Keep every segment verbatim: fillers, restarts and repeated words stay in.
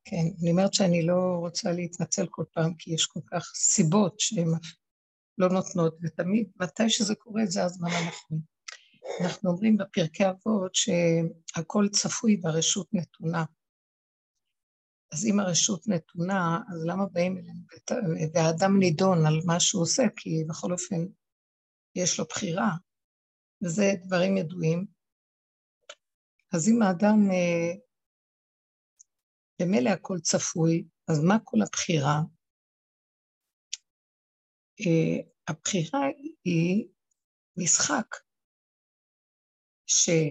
כן, אני אומרת שאני לא רוצה להתנצל כל פעם, כי יש כל כך סיבות שהן לא נותנות, ותמיד, מתי שזה קורה, זה הזמן הנכון. אנחנו אומרים בפרקי אבות שהכל צפוי והרשות נתונה. אז אם הרשות נתונה, אז למה באים אלינו? והאדם נידון על מה שהוא עושה, כי בכל אופן יש לו בחירה, וזה דברים ידועים. אז אם האדם, במילא הכל צפוי, אז מה כל הבחירה? הבחירה היא משחק, שהוא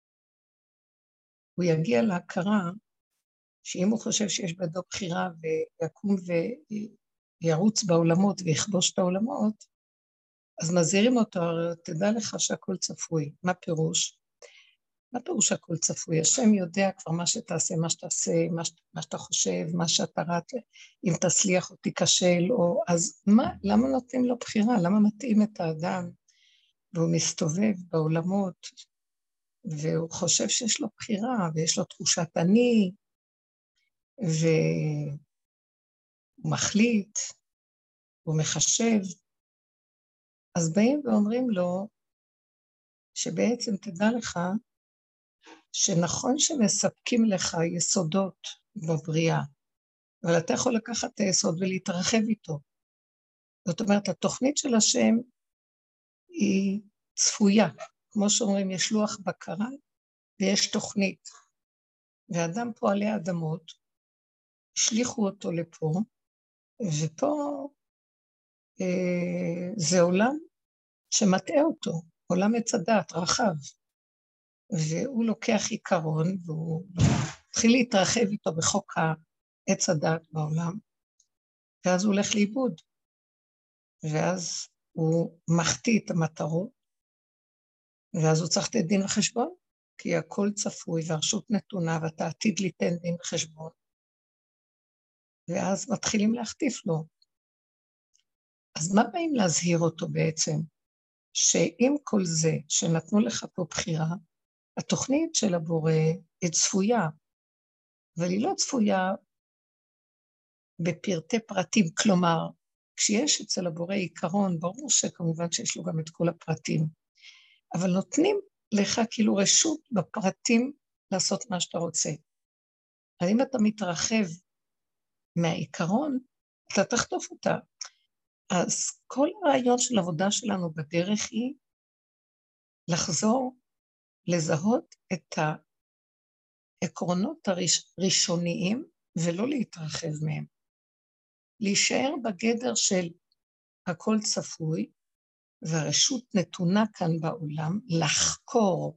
יגיע להכרה, שאם הוא חושב שיש בידו בחירה ויקום וירוץ בעולמות ויכבוש את העולמות, אז מזהירים אותו, תדע לך שהכל צפוי. מה פירוש? מה פירוש הכל צפוי? השם יודע כבר מה שתעשה, מה שתעשה, מה, ש... מה שאתה חושב, מה שאתה ראת, אם תצליח או תיכשל, או... אז מה, למה נותנים לו בחירה? למה מתאים את האדם? והוא מסתובב בעולמות, והוא חושב שיש לו בחירה, ויש לו תחושת אני, והוא מחליט, הוא מחשב. אז באים ואומרים לו, שבעצם תדע לך, שנכון שמספקים לך יסודות בבריאה, אבל אתה יכול לקחת את היסוד ולהתרחב איתו. זאת אומרת, התוכנית של השם היא צפויה. כמו שאומרים, יש לוח בקרה ויש תוכנית. ואדם פועלי אדמות, השליחו אותו לפה, ופה אה, זה עולם שמטעה אותו, עולם עץ הדעת, רחב. והוא לוקח עיקרון, והוא התחיל להתרחב איתו בחוק העץ הדעת בעולם, ואז הוא הולך לאיבוד, ואז הוא מחטיא את המטרות, ואז הוא צריך לתת דין וחשבון, כי הכל צפוי והרשות נתונה, ואתה עתיד ליתן דין וחשבון, ואז מתחילים להחטיף לו. אז מה באים להזהיר אותו בעצם? שעם כל זה שנתנו לך פה בחירה, התוכנית של הבורא היא צפויה, אבל היא לא צפויה בפרטי פרטים, כלומר, כשיש אצל הבורא עיקרון, ברור שכמובן שיש לו גם את כל הפרטים, אבל נותנים לך כאילו רשות בפרטים לעשות מה שאתה רוצה. אז אם אתה מתרחב מהעיקרון, אתה תחטוף אותה. אז כל הרעיון של עבודה שלנו בדרך היא לחזור, לזהות את העקרונות הראשוניים ולא להתרחב מהם. להישאר בגדר של הכל צפוי, והרשות נתונה כאן בעולם, לחקור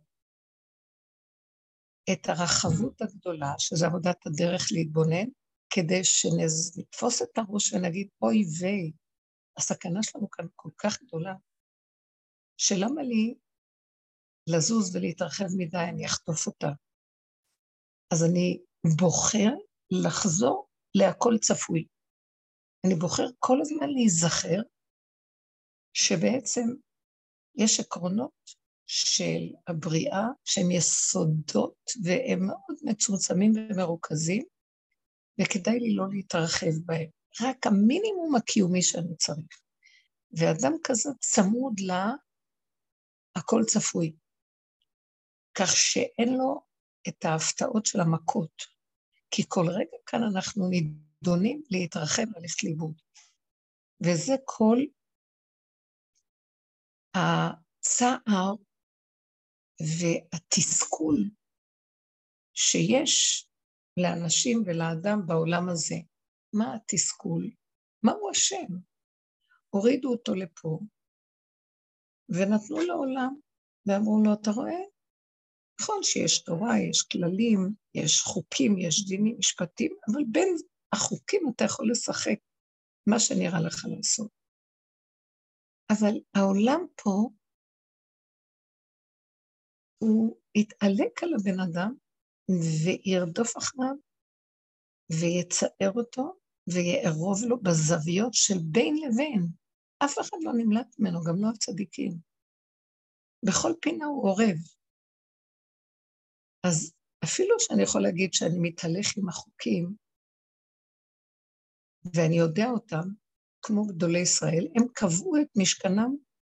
את הרחבות הגדולה, שזה עבודת הדרך להתבונן, כדי שנתפוס את הראש ונגיד, אוי ויי, הסכנה שלנו כאן כל כך גדולה, שלמה לי לזוז ולהתרחב מדי, אני אחטוף אותה. אז אני בוחר לחזור להכל צפוי. אני בוחר כל הזמן להיזכר, שבעצם יש עקרונות של הבריאה, שהם יסודות, והם מאוד מצומצמים ומרוכזים, וכדאי לי לא להתרחב בהם. רק המינימום הקיומי שאני צריך. ואדם כזה צמוד לה, הכל צפוי. כך שאין לו את ההפתעות של המכות. כי כל רגע כאן אנחנו נידונים להתרחב ללכת לאיבוד. וזה כל הצער והתסכול שיש לאנשים ולאדם בעולם הזה. מה התסכול? מה הוא השם? הורידו אותו לפה, ונתנו לעולם, ואמרו לו, אתה רואה? נכון שיש תורה, יש כללים, יש חוקים, יש דינים, משפטים, אבל בין החוקים אתה יכול לשחק מה שנראה לך לעשות. אבל העולם פה, הוא יתעלק על הבן אדם, וירדוף אחריו, ויצער אותו, ויערוב לו בזוויות של בין לבין. אף אחד לא נמלט ממנו, גם לא הצדיקים. בכל פינה הוא עורב. אז אפילו שאני יכול להגיד שאני מתהלך עם החוקים, ואני יודע אותם, כמו גדולי ישראל, הם קבעו את משכנם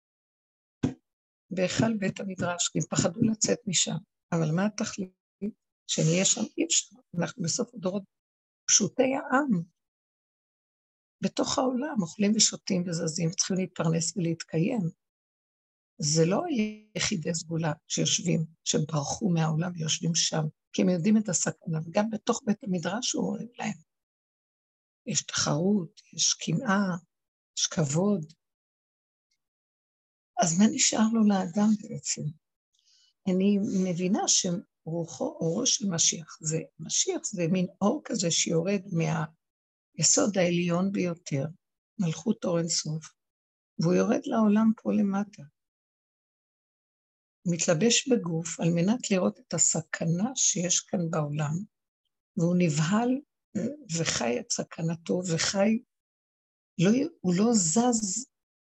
בהיכל בית המדרש, כי הם פחדו לצאת משם. אבל מה התכלית? שנהיה שם אי אפשר, אנחנו בסוף הדורות פשוטי העם, בתוך העולם, אוכלים ושותים וזזים, צריכים להתפרנס ולהתקיים. זה לא יחידי סגולה שיושבים, שברחו מהעולם ויושבים שם, כי הם יודעים את הסכנה, וגם בתוך בית המדרש הוא אומר להם. יש תחרות, יש קנאה, יש כבוד. אז מה נשאר לו לאדם בעצם? אני מבינה שרוחו, אורו של משיח, זה משיח, זה מין אור כזה שיורד מהיסוד העליון ביותר, מלכות אור אין סוף, והוא יורד לעולם פה למטה. מתלבש בגוף על מנת לראות את הסכנה שיש כאן בעולם, והוא נבהל וחי את סכנתו, וחי, לא, הוא לא זז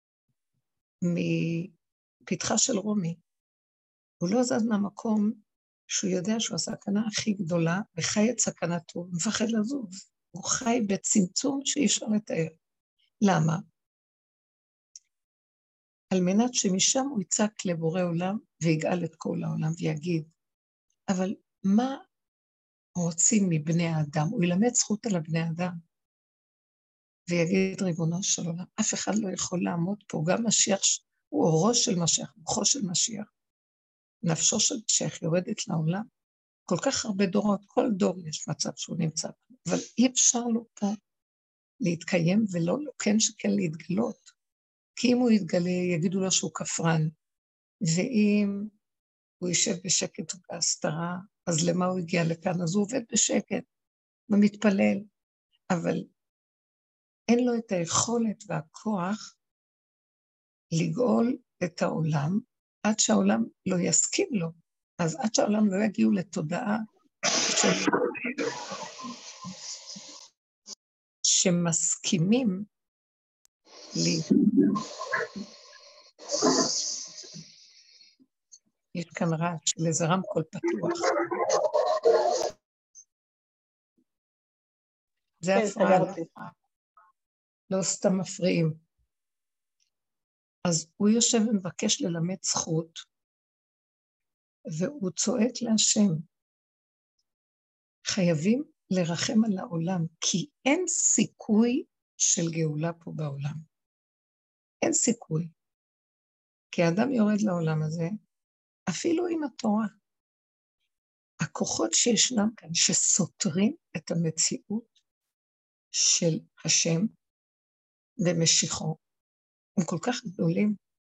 מפתחה של רומי, הוא לא זז מהמקום שהוא יודע שהוא הסכנה הכי גדולה, וחי את סכנתו, הוא מפחד לזוז, הוא חי בצמצום שאי אפשר לתאר. למה? על מנת שמשם הוא יצעק לבורא עולם, ויגאל את כל העולם ויגיד, אבל מה רוצים מבני האדם? הוא ילמד זכות על הבני האדם, ויגיד ריבונו של עולם, אף אחד לא יכול לעמוד פה, גם משיח, הוא אורו של משיח, רוחו של משיח, נפשו של משיח יורדת לעולם, כל כך הרבה דורות, כל דור יש מצב שהוא נמצא, אבל אי אפשר לו פה להתקיים, ולא כן שכן להתגלות, כי אם הוא יתגלה, יגידו לו שהוא כפרן, ואם הוא יישב בשקט ובהסתרה, אז למה הוא הגיע לכאן? אז הוא עובד בשקט ומתפלל, אבל אין לו את היכולת והכוח לגאול את העולם, עד שהעולם לא יסכים לו. אז עד שהעולם לא יגיעו לתודעה של... שמסכימים לי. יש כאן רעש, לאיזה רמקול פתוח. זה כן, הפרעה, סגרתי. לא סתם מפריעים. אז הוא יושב ומבקש ללמד זכות, והוא צועק להשם, חייבים לרחם על העולם, כי אין סיכוי של גאולה פה בעולם. אין סיכוי. כי האדם יורד לעולם הזה, אפילו עם התורה. הכוחות שישנם כאן, שסותרים את המציאות של השם ומשיחו, הם כל כך גדולים,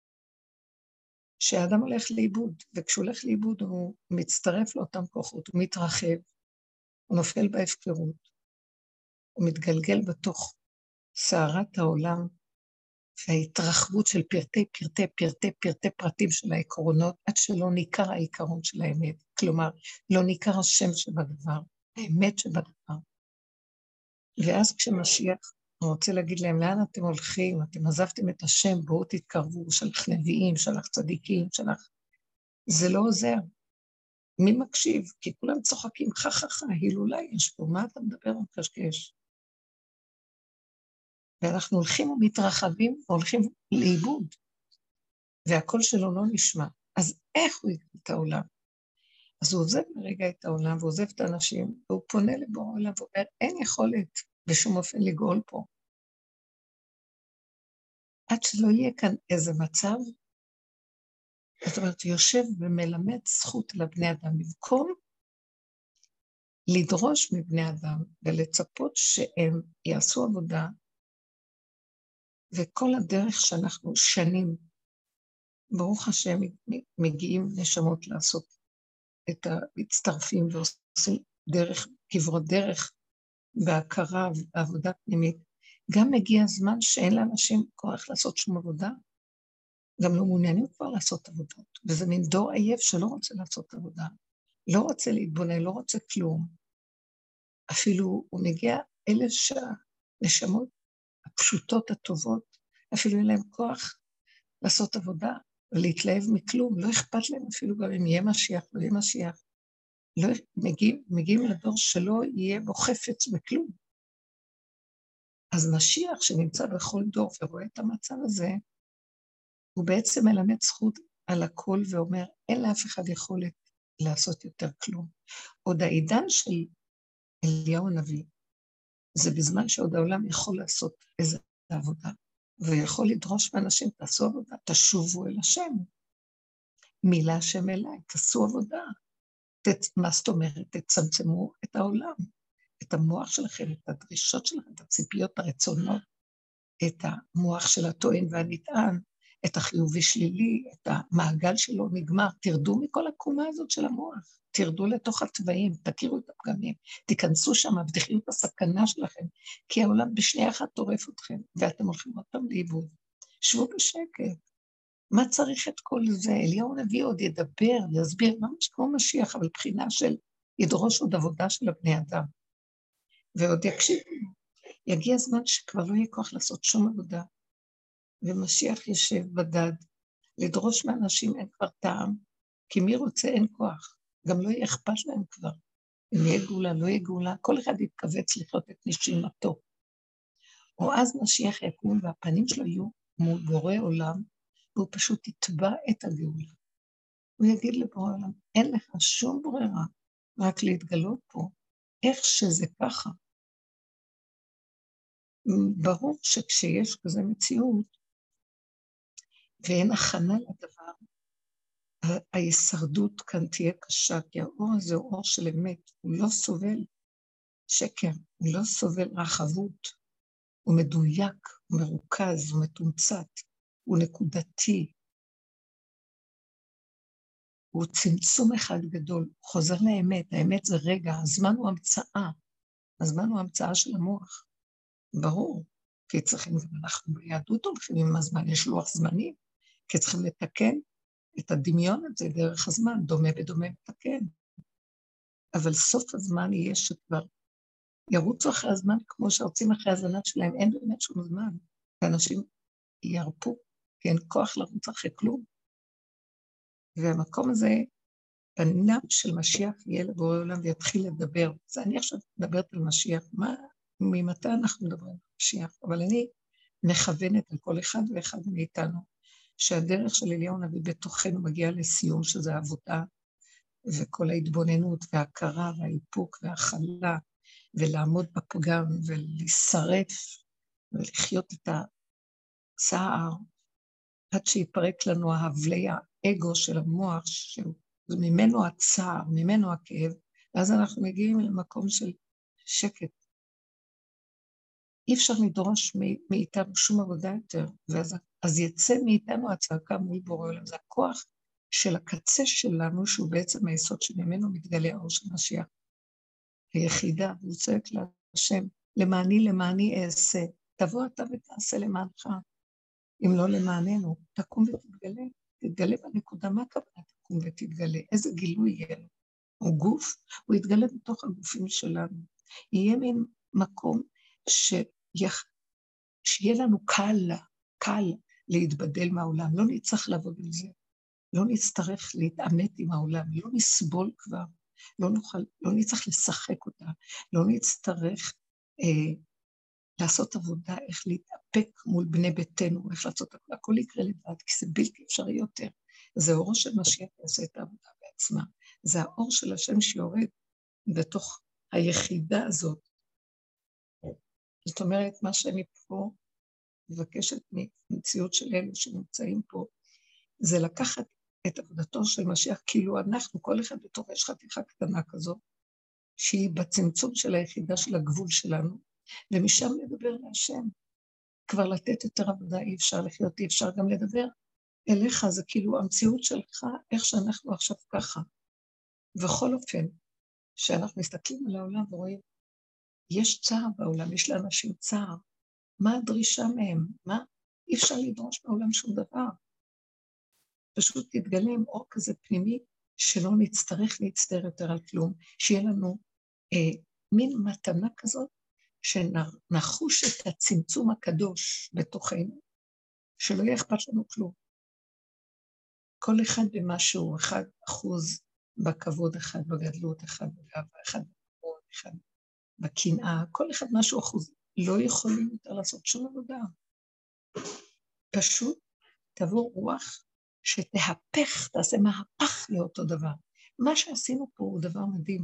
שהאדם הולך לאיבוד, וכשהוא הולך לאיבוד הוא מצטרף לאותם כוחות, הוא מתרחב, הוא נופל בהפקרות, הוא מתגלגל בתוך סערת העולם, וההתרחבות של פרטי פרטי פרטי פרטי פרטים של העקרונות, עד שלא ניכר העיקרון של האמת, כלומר, לא ניכר השם שבדבר, האמת שבדבר. ואז כשמשיח רוצה להגיד להם, לאן אתם הולכים? אתם עזבתם את השם, בואו תתקרבו, שלח נביאים, שלח צדיקים, שלח... זה לא עוזר. מי מקשיב? כי כולם צוחקים, חככה, הילולה יש פה, מה אתה מדבר על קשקש? ואנחנו הולכים ומתרחבים, והולכים לאיבוד, והקול שלו לא נשמע. אז איך הוא יגאל את העולם? אז הוא עוזב לרגע את העולם, ועוזב את האנשים, והוא פונה לבורא עולם, ואומר, אין יכולת בשום אופן לגאול פה. עד שלא יהיה כאן איזה מצב, זאת אומרת, יושב ומלמד זכות לבני אדם, במקום לדרוש מבני אדם, ולצפות שהם יעשו עבודה, וכל הדרך שאנחנו שנים, ברוך השם, מגיעים נשמות לעשות את המצטרפים, ועושים דרך, כברות דרך, בהכרה ובעבודה פנימית, גם מגיע הזמן שאין לאנשים כוח לעשות שום עבודה, גם לא מעוניינים כבר לעשות עבודות, וזה מין דור עייף שלא רוצה לעשות עבודה, לא רוצה להתבונן, לא רוצה כלום, אפילו הוא מגיע אלה שהנשמות הפשוטות הטובות, אפילו אין להם כוח לעשות עבודה, ולהתלהב מכלום, לא אכפת להם אפילו גם אם יהיה משיח, לא יהיה משיח, לא, מגיעים, מגיעים לדור שלא יהיה בו חפץ בכלום, אז משיח שנמצא בכל דור ורואה את המצב הזה, הוא בעצם מלמד זכות על הכל ואומר, אין לאף אחד יכולת לעשות יותר כלום. עוד העידן של אליהו הנביא, זה בזמן שעוד העולם יכול לעשות איזו עבודה, ויכול לדרוש מאנשים, תעשו עבודה, תשובו אל השם. מילה השם אליי, תעשו עבודה. תת, מה זאת אומרת? תצמצמו את העולם, את המוח שלכם, את הדרישות שלכם, את הציפיות, הרצונות, את המוח של הטוען והנטען, את החיובי שלילי, את המעגל שלו נגמר. תרדו מכל הקומה הזאת של המוח, תרדו לתוך הטבעים, תכירו את הפגמים, תיכנסו שם ותחיו את הסכנה שלכם, כי העולם בשנייה אחת טורף אתכם, ואתם הולכים אותם לאיבוד. שבו בשקט. מה צריך את כל זה? אליהו הנביא עוד ידבר, יסביר, ממש כמו משיח, אבל בחינה של ידרוש עוד עבודה של הבני אדם. ועוד יקשיב, יגיע הזמן שכבר לא יהיה כוח לעשות שום עבודה, ומשיח ישב בדד, לדרוש מאנשים אין כבר טעם, כי מי רוצה אין כוח, גם לא יהיה אכפת להם כבר. אם יהיה גאולה, לא יהיה גאולה, כל אחד יתכווץ לחיות את נשימתו. או אז משיח יקום והפנים שלו יהיו מול בורא עולם, והוא פשוט יתבע את הגאולה. הוא יגיד לבורא עולם, אין לך שום ברירה, רק להתגלות פה, איך שזה ככה. ברור שכשיש כזה מציאות, ואין הכנה לדבר, ההישרדות כאן תהיה קשה, כי האור הזה הוא אור של אמת, הוא לא סובל שקר, הוא לא סובל רחבות, הוא מדויק, הוא מרוכז, הוא מתומצת, הוא נקודתי, הוא צמצום אחד גדול, הוא חוזר לאמת, האמת זה רגע, הזמן הוא המצאה, הזמן הוא המצאה של המוח, ברור, כי צריכים, אנחנו ביהדות הולכים עם הזמן, יש לוח זמנים, כי צריכים לתקן את הדמיון הזה דרך הזמן, דומה בדומה מתקן, אבל סוף הזמן יהיה שכבר ירוצו אחרי הזמן, כמו שרוצים אחרי הזמן שלהם, אין באמת שום זמן, ואנשים ירפו, כי אין כוח לרוץ אחרי כלום, והמקום הזה, פניו של משיח יהיה לבורא עולם ויתחיל לדבר. אז אני עכשיו מדברת על משיח, מה, ממתי אנחנו מדברים על משיח? אבל אני מכוונת על כל אחד ואחד מאיתנו, שהדרך של אליהו הנביא בתוכנו מגיעה לסיום, שזה העבודה, וכל ההתבוננות וההכרה והאיפוק והחלה, ולעמוד בפגם ולשרף, ולחיות את הצער, עד שיפרק לנו ההבלי האגו של המוח, שממנו הצער, ממנו הכאב, ואז אנחנו מגיעים למקום של שקט. אי אפשר לדרוש מאיתנו שום עבודה יותר, ואז אז יצא מאיתנו הצעקה מול בורא עולם, זה הכוח של הקצה שלנו, שהוא בעצם היסוד שממנו מתגלה האור של משיח. היחידה, הוא צועק להשם, למעני למעני אעשה, תבוא אתה ותעשה למענך. אם לא למעננו, תקום ותתגלה, תתגלה בנקודה, מה הכוונה תקום ותתגלה? איזה גילוי יהיה לו? הוא גוף, הוא יתגלה בתוך הגופים שלנו. יהיה מין מקום שיח... שיהיה לנו קל, קל להתבדל מהעולם, לא נצטרך לעבוד על זה, לא נצטרך להתעמת עם העולם, לא נסבול כבר, לא נוכל, לא נצטרך לשחק אותה, לא נצטרך אה, לעשות עבודה, איך להתאפק מול בני ביתנו, איך לעשות הכל, הכל יקרה לבד, כי זה בלתי אפשרי יותר. זה האור של משיח יעשה את העבודה בעצמה. זה האור של השם שיורד בתוך היחידה הזאת. זאת אומרת, מה שאני פה מבקשת ממציאות של אלו שנמצאים פה, זה לקחת את עבודתו של משיח, כאילו אנחנו, כל אחד בתוך יש חתיכה קטנה כזו, שהיא בצמצום של היחידה של הגבול שלנו, ומשם לדבר להשם. כבר לתת יותר עבודה, אי אפשר לחיות, אי אפשר גם לדבר אליך, זה כאילו המציאות שלך, איך שאנחנו עכשיו ככה. בכל אופן, שאנחנו מסתכלים על העולם ורואים, יש צער בעולם, יש לאנשים צער. מה הדרישה מהם? מה? אי אפשר לדרוש בעולם שום דבר. פשוט תתגלה עם אור כזה פנימי, שלא נצטרך להצטער יותר על כלום, שיהיה לנו אה, מין מתנה כזאת, שנחוש את הצמצום הקדוש בתוכנו, שלא יהיה אכפת לנו כלום. כל אחד במשהו, אחד אחוז בכבוד, אחד בגדלות, אחד בגאווה, אחד בכבוד, אחד בקנאה, כל אחד משהו אחוז, לא יכולים יותר לעשות שום עבודה. פשוט תבוא רוח שתהפך, תעשה מהפך לאותו דבר. מה שעשינו פה הוא דבר מדהים.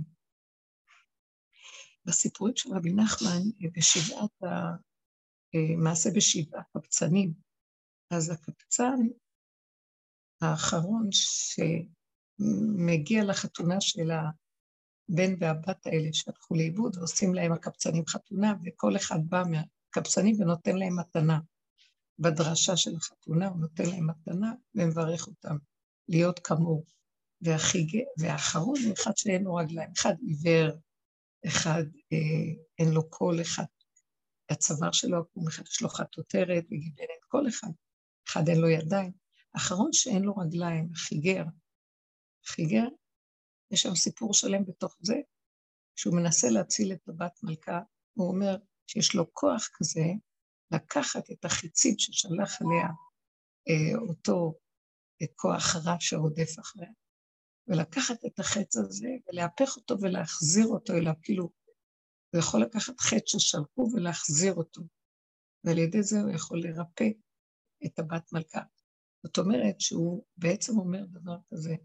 בסיפורים של רבי נחמן, בשבעת המעשה בשבעת הקבצנים, אז הקבצן האחרון שמגיע לחתונה של הבן והבת האלה שהלכו לאיבוד, ועושים להם הקבצנים חתונה, וכל אחד בא מהקבצנים ונותן להם מתנה. בדרשה של החתונה הוא נותן להם מתנה ומברך אותם להיות כמוהו. והאחרון הוא אחד שאין לו רגליים, אחד עיוור, אחד אה, אין לו קול, אחד הצוואר שלו, אחד יש לו חטוטרת וגיבנת, כל אחד, אחד אין לו ידיים. האחרון שאין לו רגליים, חיגר. חיגר, יש שם סיפור שלם בתוך זה, שהוא מנסה להציל את הבת מלכה, הוא אומר שיש לו כוח כזה, לקחת את החיצים ששלח עליה אה, אותו את כוח רע שרודף אחריה, ולקחת את החץ הזה ולהפך אותו ולהחזיר אותו אליו, כאילו הוא יכול לקחת חץ ששלחו ולהחזיר אותו, ועל ידי זה הוא יכול לרפא את הבת מלכה. זאת אומרת שהוא בעצם אומר דבר כזה,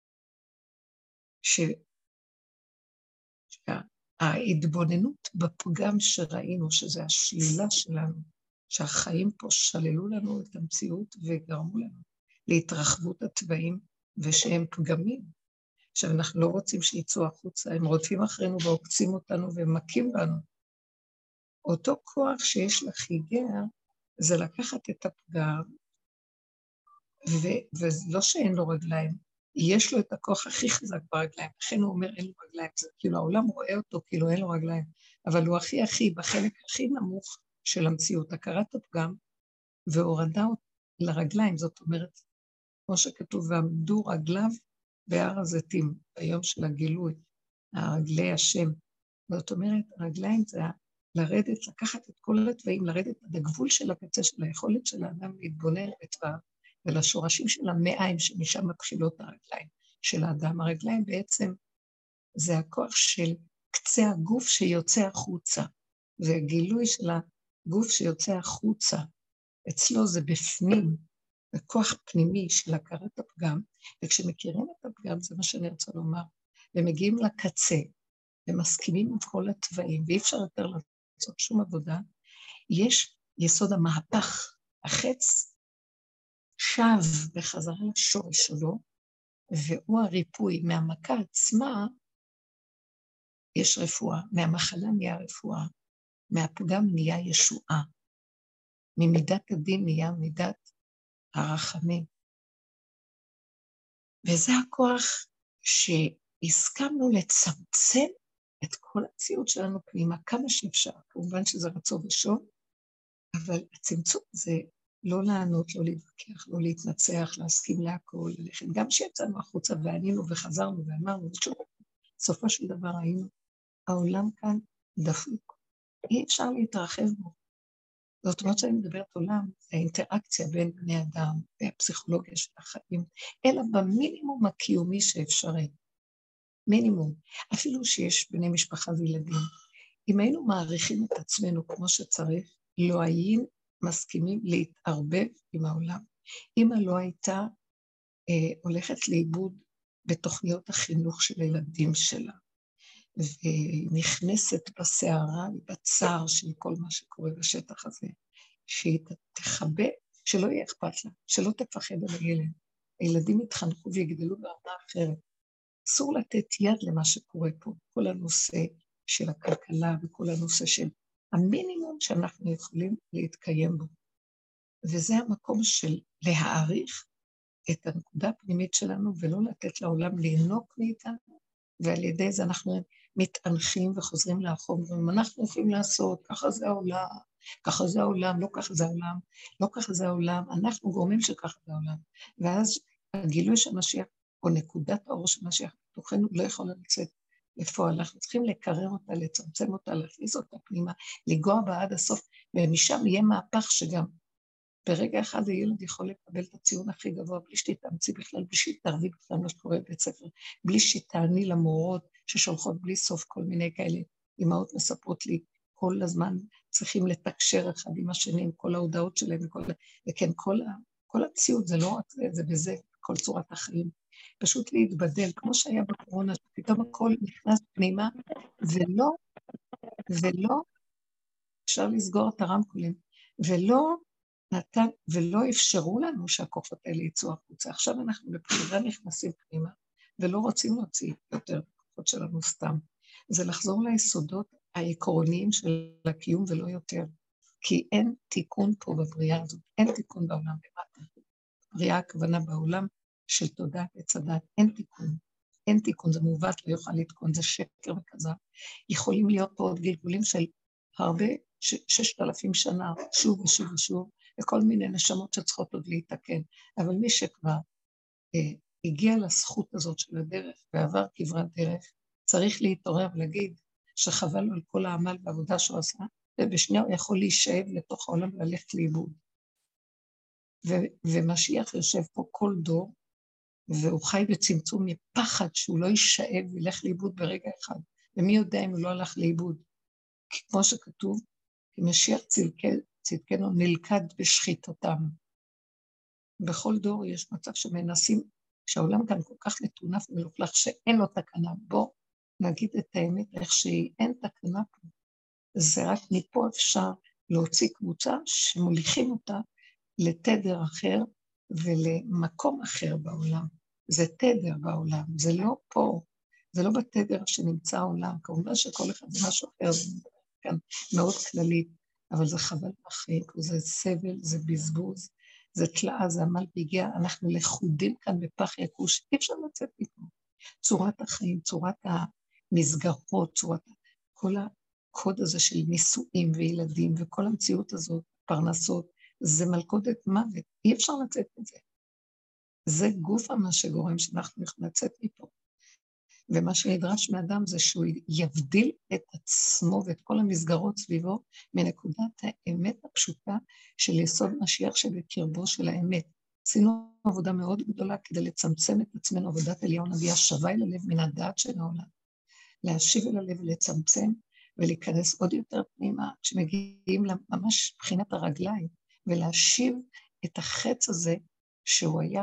ש... שההתבוננות בפגם שראינו, שזה השלילה שלנו, שהחיים פה שללו לנו את המציאות וגרמו לנו להתרחבות הטבעים ושהם פגמים. עכשיו אנחנו לא רוצים שיצאו החוצה, הם רודפים אחרינו ועוקצים אותנו ומכים בנו. אותו כוח שיש לחיגר זה לקחת את הפגם, ו- ולא שאין לו רגליים, יש לו את הכוח הכי חזק ברגליים, לכן הוא אומר אין לו רגליים, זה כאילו העולם רואה אותו כאילו אין לו רגליים, אבל הוא הכי הכי בחלק הכי נמוך של המציאות, הכרת הפגם והורדה לרגליים, זאת אומרת, כמו שכתוב, ועמדו רגליו בהר הזיתים, ביום של הגילוי, הרגלי השם. זאת אומרת, הרגליים זה לרדת, לקחת את כל הטבעים, לרדת עד הגבול של הקצה של היכולת של האדם להתבונן בטבע, ולשורשים של המעיים שמשם מתחילות הרגליים של האדם. הרגליים בעצם זה הכוח של קצה הגוף שיוצא החוצה, זה הגילוי של הגוף שיוצא החוצה. אצלו זה בפנים, זה כוח פנימי של הכרת הפגם, וכשמכירים את הפגם, זה מה שאני רוצה לומר, ומגיעים לקצה, ומסכימים עם כל הטבעים, ואי אפשר יותר לעשות שום עבודה, יש יסוד המהפך, החץ שב בחזרה לשורש שלו, והוא הריפוי. מהמכה עצמה יש רפואה, מהמחלה נהיה רפואה, מהפגם נהיה ישועה, ממידת הדין נהיה מידת הרחמים. וזה הכוח שהסכמנו לצמצם את כל הציאות שלנו פנימה, כמה שאפשר, כמובן שזה רצון ושון, אבל הצמצום זה לא לענות, לא להתווכח, לא להתנצח, להסכים להכל, ללכת. גם שיצאנו החוצה וענינו וחזרנו ואמרנו, שוב, סופו של דבר היינו, העולם כאן דפוק, אי אפשר להתרחב בו. זאת אומרת שאני מדברת עולם, האינטראקציה בין בני אדם והפסיכולוגיה של החיים, אלא במינימום הקיומי שאפשרי. מינימום. אפילו שיש בני משפחה וילדים. אם היינו מעריכים את עצמנו כמו שצריך, לא היינו מסכימים להתערבב עם העולם. אמא לא הייתה אה, הולכת לאיבוד בתוכניות החינוך של הילדים שלה, ונכנסת בסערה ובצער של כל מה שקורה בשטח הזה, שהיא תחבא, שלא יהיה אכפת לה, שלא תפחד על הילד. הילדים יתחנכו ויגדלו ברמה אחרת. אסור לתת יד למה שקורה פה, כל הנושא של הכלכלה וכל הנושא של המינימום שאנחנו יכולים להתקיים בו. וזה המקום של להעריך את הנקודה הפנימית שלנו, ולא לתת לעולם לינוק מאיתנו, ועל ידי זה אנחנו מתענחים וחוזרים לאחור, ואם אנחנו יכולים לעשות, ככה זה העולם, ככה זה העולם, לא ככה זה העולם, לא ככה זה העולם, אנחנו גורמים שככה זה העולם. ואז הגילוי של משיח, או נקודת האור של משיח, תוכנו לא יכולה לצאת לפועל. אנחנו צריכים לקרר אותה, לצמצם אותה, להכניס אותה פנימה, לגוע בה עד הסוף, ומשם יהיה מהפך שגם ברגע אחד הילד יכול לקבל את הציון הכי גבוה, בלי שתתאמצי בכלל, בלי שתערבי בכלל מה שקורה בבית ספר, בלי שתעני למורות ששולחות בלי סוף כל מיני כאלה, אמהות מספרות לי, כל הזמן צריכים לתקשר אחד עם השני, עם כל ההודעות שלהם, וכל, וכן, כל, ה, כל הציוד, זה לא רק זה, זה בזה, כל צורת החיים. פשוט להתבדל, כמו שהיה בקורונה, פתאום הכל נכנס פנימה, ולא, ולא, אפשר לסגור את הרמקולים, ולא נתן, ולא אפשרו לנו שהכוחות האלה יצאו החוצה. עכשיו אנחנו בפרידה נכנסים פנימה, ולא רוצים להוציא יותר כוחות שלנו סתם. זה לחזור ליסודות העקרוניים של הקיום ולא יותר. כי אין תיקון פה בבריאה הזאת, אין תיקון בעולם למטה. בריאה הכוונה בעולם של תודה וצדת, אין תיקון. אין תיקון, זה מעוות, לא יוכל לתקון, זה שקר וכזב. יכולים להיות פה עוד גלגולים של הרבה, ש- ששת אלפים שנה, שוב ושוב ושוב, וכל מיני נשמות שצריכות עוד להתקן. אבל מי שכבר אה, הגיע לזכות הזאת של הדרך ועבר כברת דרך, צריך להתעורר ולהגיד שחבל לו על כל העמל והעבודה שהוא עשה, ובשנייה הוא יכול להישאב לתוך העולם וללכת לאיבוד. ו- ומשיח יושב פה כל דור, והוא חי בצמצום מפחד שהוא לא יישאב וילך לאיבוד ברגע אחד. ומי יודע אם הוא לא הלך לאיבוד? כי כמו שכתוב, כי משיח צדקנו נלכד בשחיתותם. בכל דור יש מצב שמנסים, שהעולם כאן כל כך מטונף ומלוכלך שאין לו תקנה. בוא נגיד את האמת איך שהיא, אין תקנה פה. זה רק מפה אפשר להוציא קבוצה שמוליכים אותה לתדר אחר ולמקום אחר בעולם. זה תדר בעולם, זה לא פה, זה לא בתדר שנמצא העולם. כמובן שכל אחד זה משהו אחר, זה כאן מאוד כללי, אבל זה חבל בחיים, זה סבל, זה בזבוז, זה תלאה, זה עמל והגיע, אנחנו לכודים כאן בפח יקוש, אי אפשר לצאת מפה. צורת החיים, צורת המסגרות, צורת כל הקוד הזה של נישואים וילדים, וכל המציאות הזאת, פרנסות, זה מלכודת מוות, אי אפשר לצאת מזה. זה גוף מה שגורם שאנחנו יכולים לצאת מפה. ומה שנדרש מאדם זה שהוא יבדיל את עצמו ואת כל המסגרות סביבו מנקודת האמת הפשוטה של יסוד משיח שבקרבו של האמת. עשינו עבודה מאוד גדולה כדי לצמצם את עצמנו, עבודת אליהו הנביא השווה אל הלב מן הדעת של העולם. להשיב אל הלב ולצמצם ולהיכנס עוד יותר פנימה, כשמגיעים ממש מבחינת הרגליים, ולהשיב את החץ הזה שהוא היה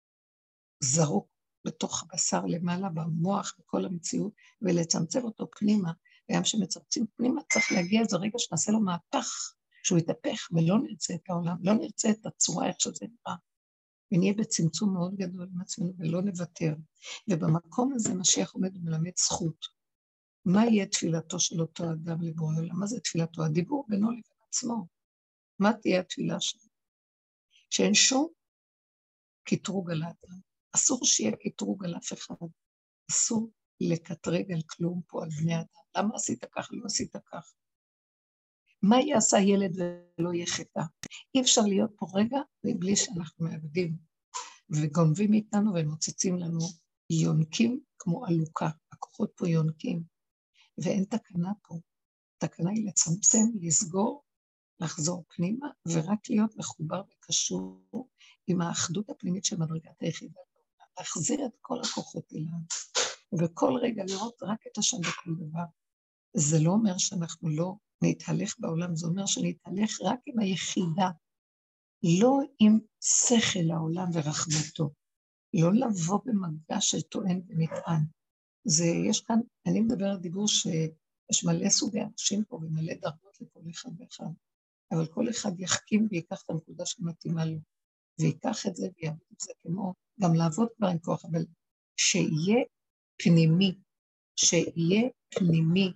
זרוק בתוך הבשר למעלה, במוח, בכל המציאות, ולצמצם אותו פנימה. וגם שמצמצים פנימה צריך להגיע איזה רגע שנעשה לו מהפך, שהוא יתהפך ולא נרצה את העולם, לא נרצה את הצורה איך שזה נראה. ונהיה בצמצום מאוד גדול עם עצמנו ולא נוותר. ובמקום הזה משיח עומד ומלמד זכות. מה יהיה תפילתו של אותו אדם לבורא עולם? מה זה תפילתו? הדיבור בינו לבין עצמו. מה תהיה התפילה שלו? שאין שום קטרוג על האדם. אסור שיהיה קטרוג על אף אחד. אסור לקטרג על כלום פה על בני אדם. למה עשית כך? לא עשית כך. מה יעשה ילד ולא יהיה חטא? אי אפשר להיות פה רגע מבלי שאנחנו מאבדים וגונבים מאיתנו ומוצצים לנו יונקים כמו אלוקה. הכוחות פה יונקים ואין תקנה פה. תקנה היא לצמצם, לסגור, לחזור פנימה ורק להיות מחובר וקשור עם האחדות הפנימית של מדרגת היחידה. להחזיר את כל הכוחות אליו, ובכל רגע לראות רק את השם בכל דבר. זה לא אומר שאנחנו לא נתהלך בעולם, זה אומר שנתהלך רק עם היחידה, לא עם שכל העולם ורחמתו, לא לבוא במגע של טוען ונטען. זה, יש כאן, אני מדבר על דיבור שיש מלא סוגי אנשים פה ומלא דרגות לכל אחד ואחד, אבל כל אחד יחכים ויקח את הנקודה שמתאימה לו, ויקח את זה ויעבוד את זה כמו, גם לעבוד כבר עם כוח, אבל שיהיה פנימי, שיהיה פנימי.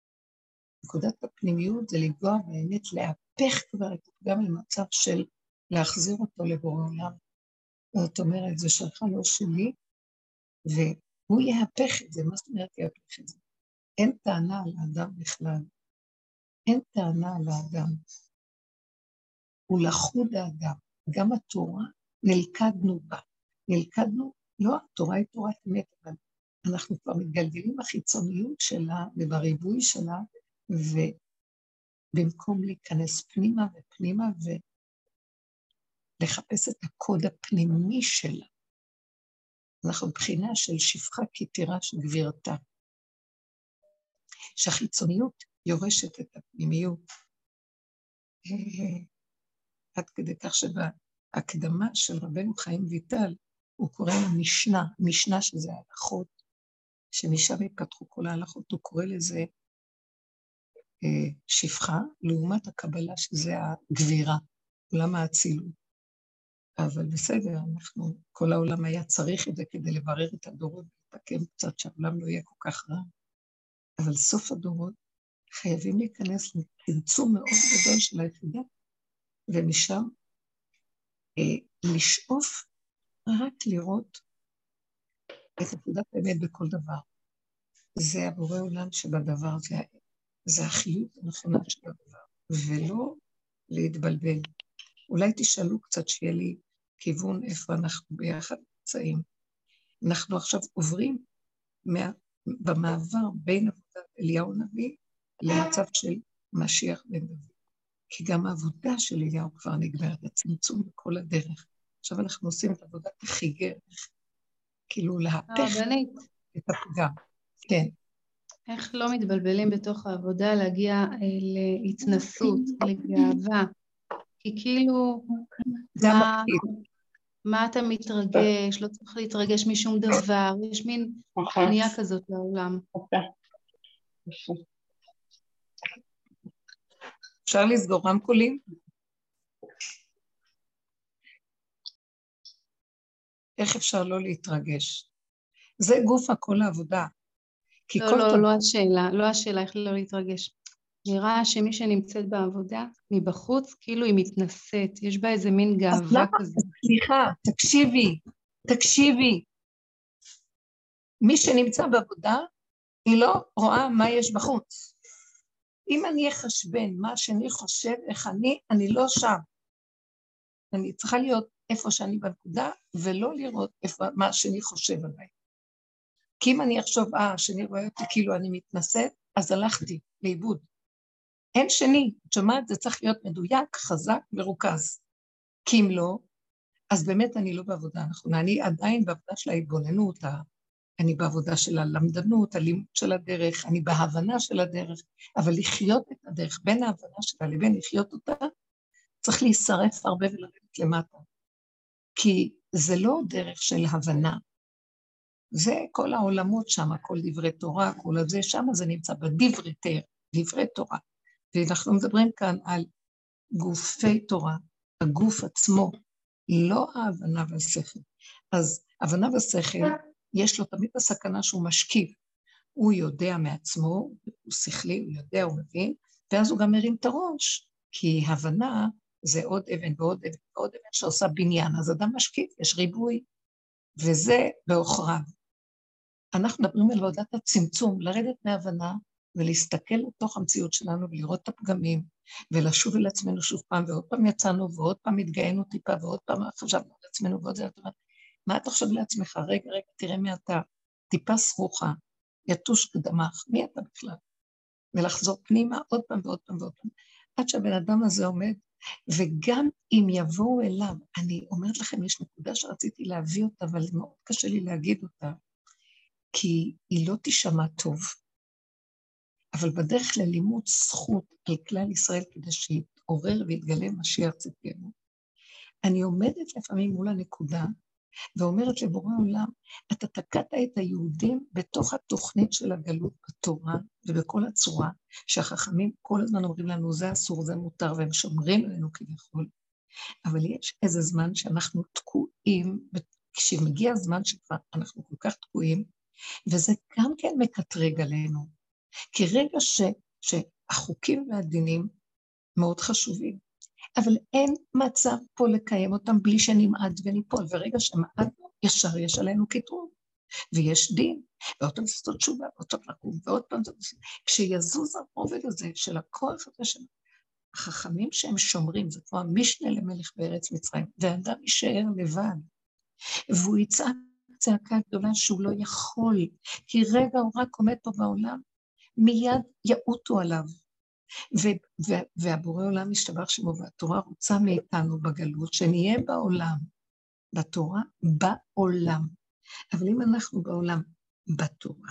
נקודת הפנימיות זה לגוע באמת, להפך כבר את הפגם למצב של להחזיר אותו לבורא עולם. זאת אומרת, זה שלך לא שלי, והוא יהפך את זה. מה זאת אומרת יהפך את זה? אין טענה על האדם בכלל. אין טענה על האדם. הוא לחוד האדם. גם התורה נלכדנו בה. נלכדנו, לא, התורה היא תורת אמת, אבל אנחנו כבר מתגלגלים בחיצוניות שלה ובריבוי שלה, ובמקום להיכנס פנימה ופנימה ולחפש את הקוד הפנימי שלה. אנחנו מבחינה של שפחה כתירה של גבירתה. שהחיצוניות יורשת את הפנימיות. עד כדי כך שבהקדמה של רבנו חיים ויטל, הוא קורא לה משנה, משנה שזה ההלכות, שמשם יפתחו כל ההלכות, הוא קורא לזה אה, שפחה, לעומת הקבלה שזה הגבירה, עולם האצילות. אבל בסדר, אנחנו, כל העולם היה צריך את זה כדי לברר את הדורות, ולתקן קצת שהעולם לא יהיה כל כך רע. אבל סוף הדורות חייבים להיכנס לצמצום מאוד גדול של היחידה, ומשם אה, לשאוף רק לראות את נקודת האמת בכל דבר. זה הבורא עולם שבדבר, זה, זה החיות הנכונה של הדבר, ולא להתבלבל. אולי תשאלו קצת שיהיה לי כיוון איפה אנחנו ביחד נמצאים. אנחנו עכשיו עוברים מה, במעבר בין עבודת אליהו נביא למצב של משיח בן דוד. כי גם העבודה של אליהו כבר נגמרת, הצמצום בכל הדרך. עכשיו אנחנו עושים את עבודת החיגר, כאילו להפך את הפגם. כן. איך לא מתבלבלים בתוך העבודה להגיע להתנסות, לגאווה? כי כאילו, מה, מה אתה מתרגש? לא צריך להתרגש משום דבר, יש מין פנייה כזאת לעולם. אפשר לסגור רמקולים? איך אפשר לא להתרגש? זה גוף הכל העבודה. לא, לא, לא השאלה, לא השאלה איך לא להתרגש. נראה שמי שנמצאת בעבודה מבחוץ, כאילו היא מתנשאת, יש בה איזה מין גאווה כזאת. סליחה, תקשיבי, תקשיבי. מי שנמצא בעבודה, היא לא רואה מה יש בחוץ. אם אני אחשבן מה שאני חושב, איך אני, אני לא שם. אני צריכה להיות איפה שאני בנקודה, ולא לראות איפה, מה שאני חושב עליי. כי אם אני אחשוב, אה, שאני רואה אותי כאילו אני מתנשאת, אז הלכתי לאיבוד. אין שני, את שומעת, זה צריך להיות מדויק, חזק, מרוכז. כי אם לא, אז באמת אני לא בעבודה נכונה. אני עדיין בעבודה של ההתבוננות, אני בעבודה של הלמדנות, הלימוד של הדרך, אני בהבנה של הדרך, אבל לחיות את הדרך, בין ההבנה שלה לבין לחיות אותה, צריך להישרף הרבה ולרדת למטה. כי זה לא דרך של הבנה. זה כל העולמות שם, כל דברי תורה, כל הזה, שם זה נמצא בדברי תר, דברי תורה. ואנחנו מדברים כאן על גופי תורה, הגוף עצמו, לא ההבנה והשכל. אז הבנה והשכל, יש לו תמיד הסכנה שהוא משקיף. הוא יודע מעצמו, הוא שכלי, הוא יודע, הוא מבין, ואז הוא גם מרים את הראש, כי הבנה זה עוד אבן ועוד אבן ועוד אבן שעושה בניין, אז אדם משקיף, יש ריבוי, וזה באוכריו. אנחנו מדברים על עבודת הצמצום, לרדת מהבנה, ולהסתכל לתוך המציאות שלנו, ולראות את הפגמים, ולשוב אל עצמנו שוב פעם, ועוד פעם יצאנו, ועוד פעם התגאינו טיפה, ועוד פעם חשבנו על עצמנו, ועוד זה, את אומרת, מה אתה חושב לעצמך? רגע, רגע, תראה מי אתה, טיפה סרוחה, יתוש קדמך, מי אתה בכלל? ולחזור פנימה עוד פעם ועוד פעם ועוד פעם, עד שהבן אדם הזה עומד, וגם אם יבואו אליו, אני אומרת לכם, יש נקודה שרציתי להביא אותה, אבל מאוד קשה לי להגיד אותה, כי היא לא תשמע טוב, אבל בדרך ללימוד זכות על כלל ישראל, כדי שיתעורר ויתגלה משיח צדקנו, אני עומדת לפעמים מול הנקודה, ואומרת לבורא עולם, אתה תקעת את היהודים בתוך התוכנית של הגלות בתורה, ובכל הצורה, שהחכמים כל הזמן אומרים לנו, זה אסור, זה מותר, והם שומרים עלינו כביכול. אבל יש איזה זמן שאנחנו תקועים, כשמגיע הזמן שכבר אנחנו כל כך תקועים, וזה גם כן מקטרג עלינו. כי רגע ש, שהחוקים והדינים מאוד חשובים, אבל אין מצב פה לקיים אותם בלי שנמעד וניפול, ורגע שמעדנו, ישר יש עלינו כתרוב, ויש דין, ועוד פעם זאת תשובה, ועוד פעם לקום, ועוד פעם זאת... כשיזוז הרובד הזה של הכוח הזה של החכמים שהם שומרים, זה כמו המשנה למלך בארץ מצרים, והאדם יישאר לבד, והוא יצעק צעקה גדולה שהוא לא יכול, כי רגע הוא רק עומד פה בעולם, מיד יעוטו עליו, ו- ו- והבורא עולם משתבח שמו, והתורה רוצה מאיתנו בגלות, שנהיה בעולם, בתורה, בעולם. אבל אם אנחנו בעולם בתורה,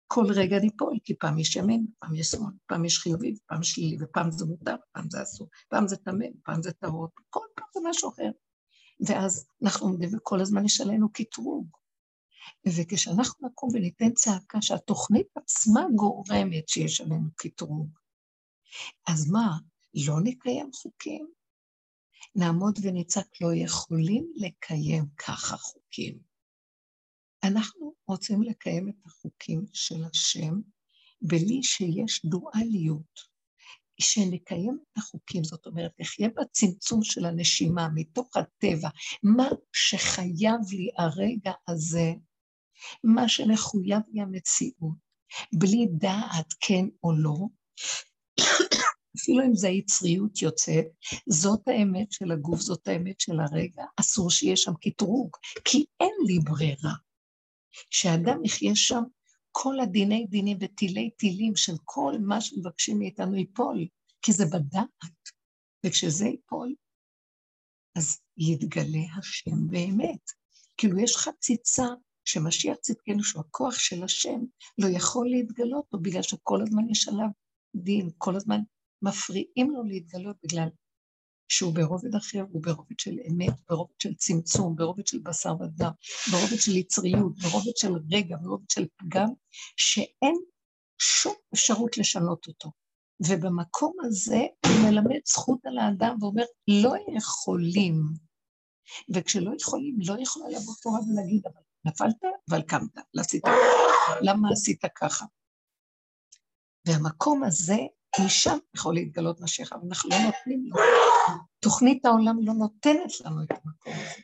כל רגע ניפול, כי פעם יש ימין, פעם יש שמאל, פעם יש חיובי, פעם שלילי, ופעם זה מותר, פעם זה אסור, פעם זה טמא, פעם זה טהור, כל פעם זה משהו אחר. ואז אנחנו עומדים וכל הזמן יש עלינו קטרוג. וכשאנחנו נקום וניתן צעקה שהתוכנית עצמה גורמת שיש עלינו קטרוג, אז מה, לא נקיים חוקים? נעמוד ונצעק, לא יכולים לקיים ככה חוקים. אנחנו רוצים לקיים את החוקים של השם, בלי שיש דואליות, שנקיים את החוקים, זאת אומרת, נחיה בצמצום של הנשימה, מתוך הטבע, מה שחייב לי הרגע הזה, מה שמחויב לי המציאות, בלי דעת כן או לא, אפילו אם זה היצריות יוצאת, זאת האמת של הגוף, זאת האמת של הרגע, אסור שיהיה שם קטרוג, כי אין לי ברירה. שאדם יחיה שם, כל הדיני דינים וטילי טילים של כל מה שמבקשים מאיתנו ייפול, כי זה בדעת, וכשזה ייפול, אז יתגלה השם באמת. כאילו יש חציצה שמשיח צדקנו, שהוא הכוח של השם, לא יכול להתגלות לו, בגלל שכל הזמן יש עליו דין, כל הזמן מפריעים לו להתגלות, בגלל שהוא ברובד אחר, הוא ברובד של אמת, ברובד של צמצום, ברובד של בשר ודם, ברובד של יצריות, ברובד של רגע, ברובד של פגם, שאין שום אפשרות לשנות אותו. ובמקום הזה הוא מלמד זכות על האדם ואומר, לא יכולים. וכשלא יכולים, לא יכולה לבוא תורה ולהגיד, אבל נפלת, אבל קמת, לא עשית ככה. למה עשית ככה? והמקום הזה, משם יכול להתגלות משיח, אבל אנחנו לא נותנים לו. תוכנית העולם לא נותנת לנו את המקום הזה.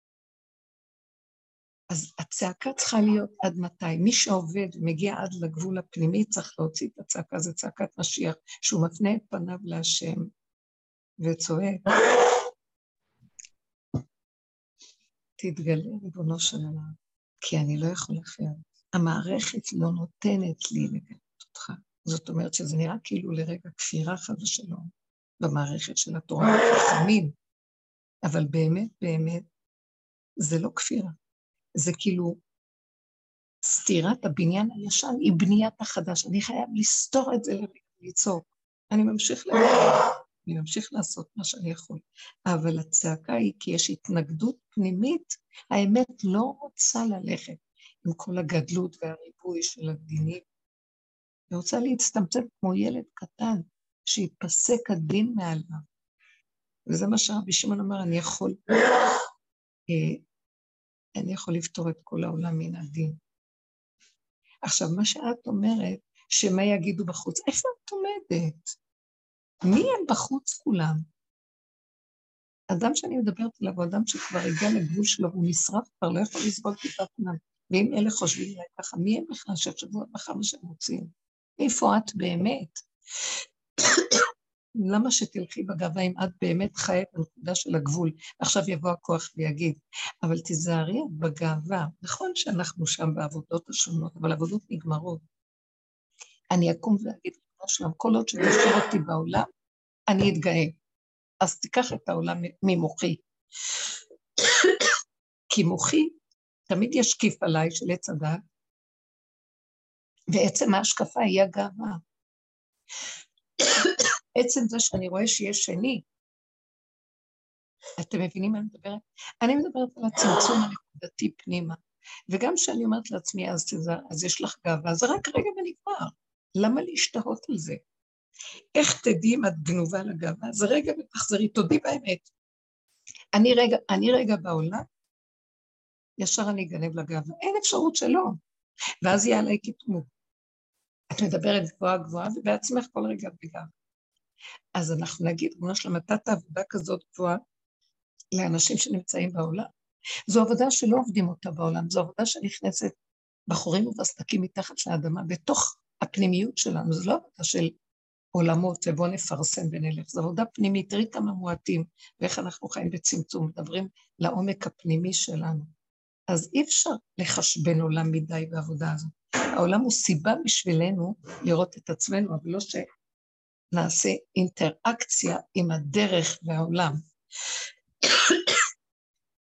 אז הצעקה צריכה להיות עד מתי. מי שעובד ומגיע עד לגבול הפנימי צריך להוציא את הצעקה, זה צעקת משיח, שהוא מפנה את פניו להשם וצועק. תתגלה ריבונו של עולם, כי אני לא יכול אחרת. המערכת לא נותנת לי לגלות אותך. זאת אומרת שזה נראה כאילו לרגע כפירה חד ושלום במערכת של התורה החכמים, אבל באמת באמת זה לא כפירה. זה כאילו סתירת הבניין הישן היא בניית החדש. אני חייב לסתור את זה לצעוק. אני ממשיך לעשות, אני ממשיך לעשות מה שאני יכול. אבל הצעקה היא כי יש התנגדות פנימית, האמת לא רוצה ללכת עם כל הגדלות והריבוי של הדינים. היא רוצה להצטמצם כמו ילד קטן, שיפסק הדין מעליו. וזה מה שרבי שמעון אמר, אני יכול... אני יכול לפתור את כל העולם מן הדין. עכשיו, מה שאת אומרת, שמה יגידו בחוץ? איפה את עומדת? מי הם בחוץ כולם? אדם שאני מדברת עליו, הוא אדם שכבר הגיע לגבול שלו, הוא נשרף, כבר לא יכול לסבול כיפת עולם. ואם אלה חושבים עליי ככה, מי הם בכלל שיחשבו בכלל מה שהם רוצים? איפה את באמת? למה שתלכי בגאווה אם את באמת חיה בנקודה של הגבול? עכשיו יבוא הכוח ויגיד, אבל תיזהרי בגאווה. נכון שאנחנו שם בעבודות השונות, אבל עבודות נגמרות. אני אקום ואגיד, שלום, כל עוד שתשאיר אותי בעולם, אני אתגאה. אז תיקח את העולם ממוחי. כי מוחי תמיד ישקיף עליי של עץ הדעת, ועצם ההשקפה היא הגאווה. עצם זה שאני רואה שיש שני, אתם מבינים מה אני מדברת? אני מדברת על הצמצום הנקודתי פנימה, וגם שאני אומרת לעצמי, אז, אז יש לך גאווה, זה רק רגע ונגמר. למה להשתהות על זה? איך תדעי אם את גנובה לגאווה? זה רגע ותחזרי, תודי באמת. אני רגע, אני רגע בעולם, ישר אני אגנב לגאווה. אין אפשרות שלא. ואז יהיה עליי קטרוג. את מדברת גבוהה גבוהה, ובעצמך כל רגע בגאווה. אז אנחנו נגיד, כמו שלמתת העבודה כזאת גבוהה, לאנשים שנמצאים בעולם. זו עבודה שלא עובדים אותה בעולם, זו עבודה שנכנסת בחורים ובסדקים מתחת לאדמה, בתוך הפנימיות שלנו, זו לא עבודה של עולמות, ובוא נפרסם ונלך, זו עבודה פנימית, תראי כמה מועטים, ואיך אנחנו חיים בצמצום, מדברים לעומק הפנימי שלנו. אז אי אפשר לחשבן עולם מדי בעבודה הזאת. העולם הוא סיבה בשבילנו לראות את עצמנו, אבל לא שנעשה אינטראקציה עם הדרך והעולם.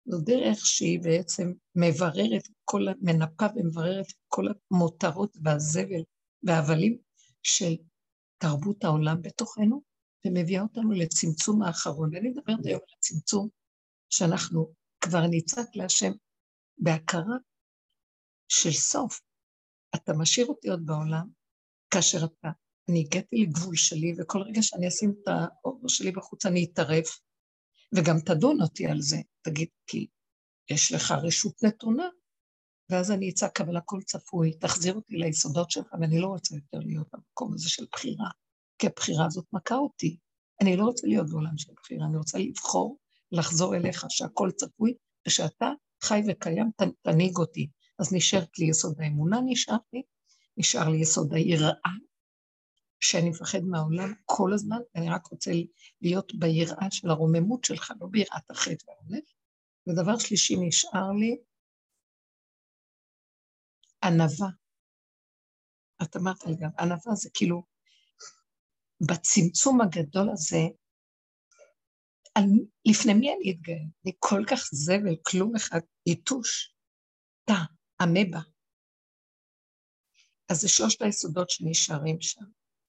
זו דרך שהיא בעצם מבררת כל, מנפה ומבררת כל המותרות והזבל וההבלים של תרבות העולם בתוכנו, ומביאה אותנו לצמצום האחרון. ואני מדברת היום על הצמצום שאנחנו כבר נצעק להשם בהכרה של סוף. אתה משאיר אותי עוד בעולם, כאשר אתה, אני הגעתי לגבול שלי, וכל רגע שאני אשים את האור שלי בחוץ, אני אתערב, וגם תדון אותי על זה, תגיד, כי יש לך רשות נתונה, ואז אני אצעק, אבל הכל צפוי, תחזיר אותי ליסודות שלך, ואני לא רוצה יותר להיות במקום הזה של בחירה, כי הבחירה הזאת מכה אותי. אני לא רוצה להיות בעולם של בחירה, אני רוצה לבחור, לחזור אליך, שהכל צפוי, ושאתה חי וקיים, תניג אותי. אז נשארת לי יסוד האמונה, נשאר לי, נשאר לי יסוד היראה, שאני מפחד מהעולם כל הזמן, אני רק רוצה להיות ביראה של הרוממות שלך, לא ביראת החטא והעונש. ודבר שלישי נשאר לי, ענווה. את אמרת לי גם, ענווה זה כאילו, בצמצום הגדול הזה, על, לפני מי אני אתגאה? אני כל כך זבל, כלום אחד, יתוש, תא, אמבה. אז זה שלושת היסודות שנשארים שם.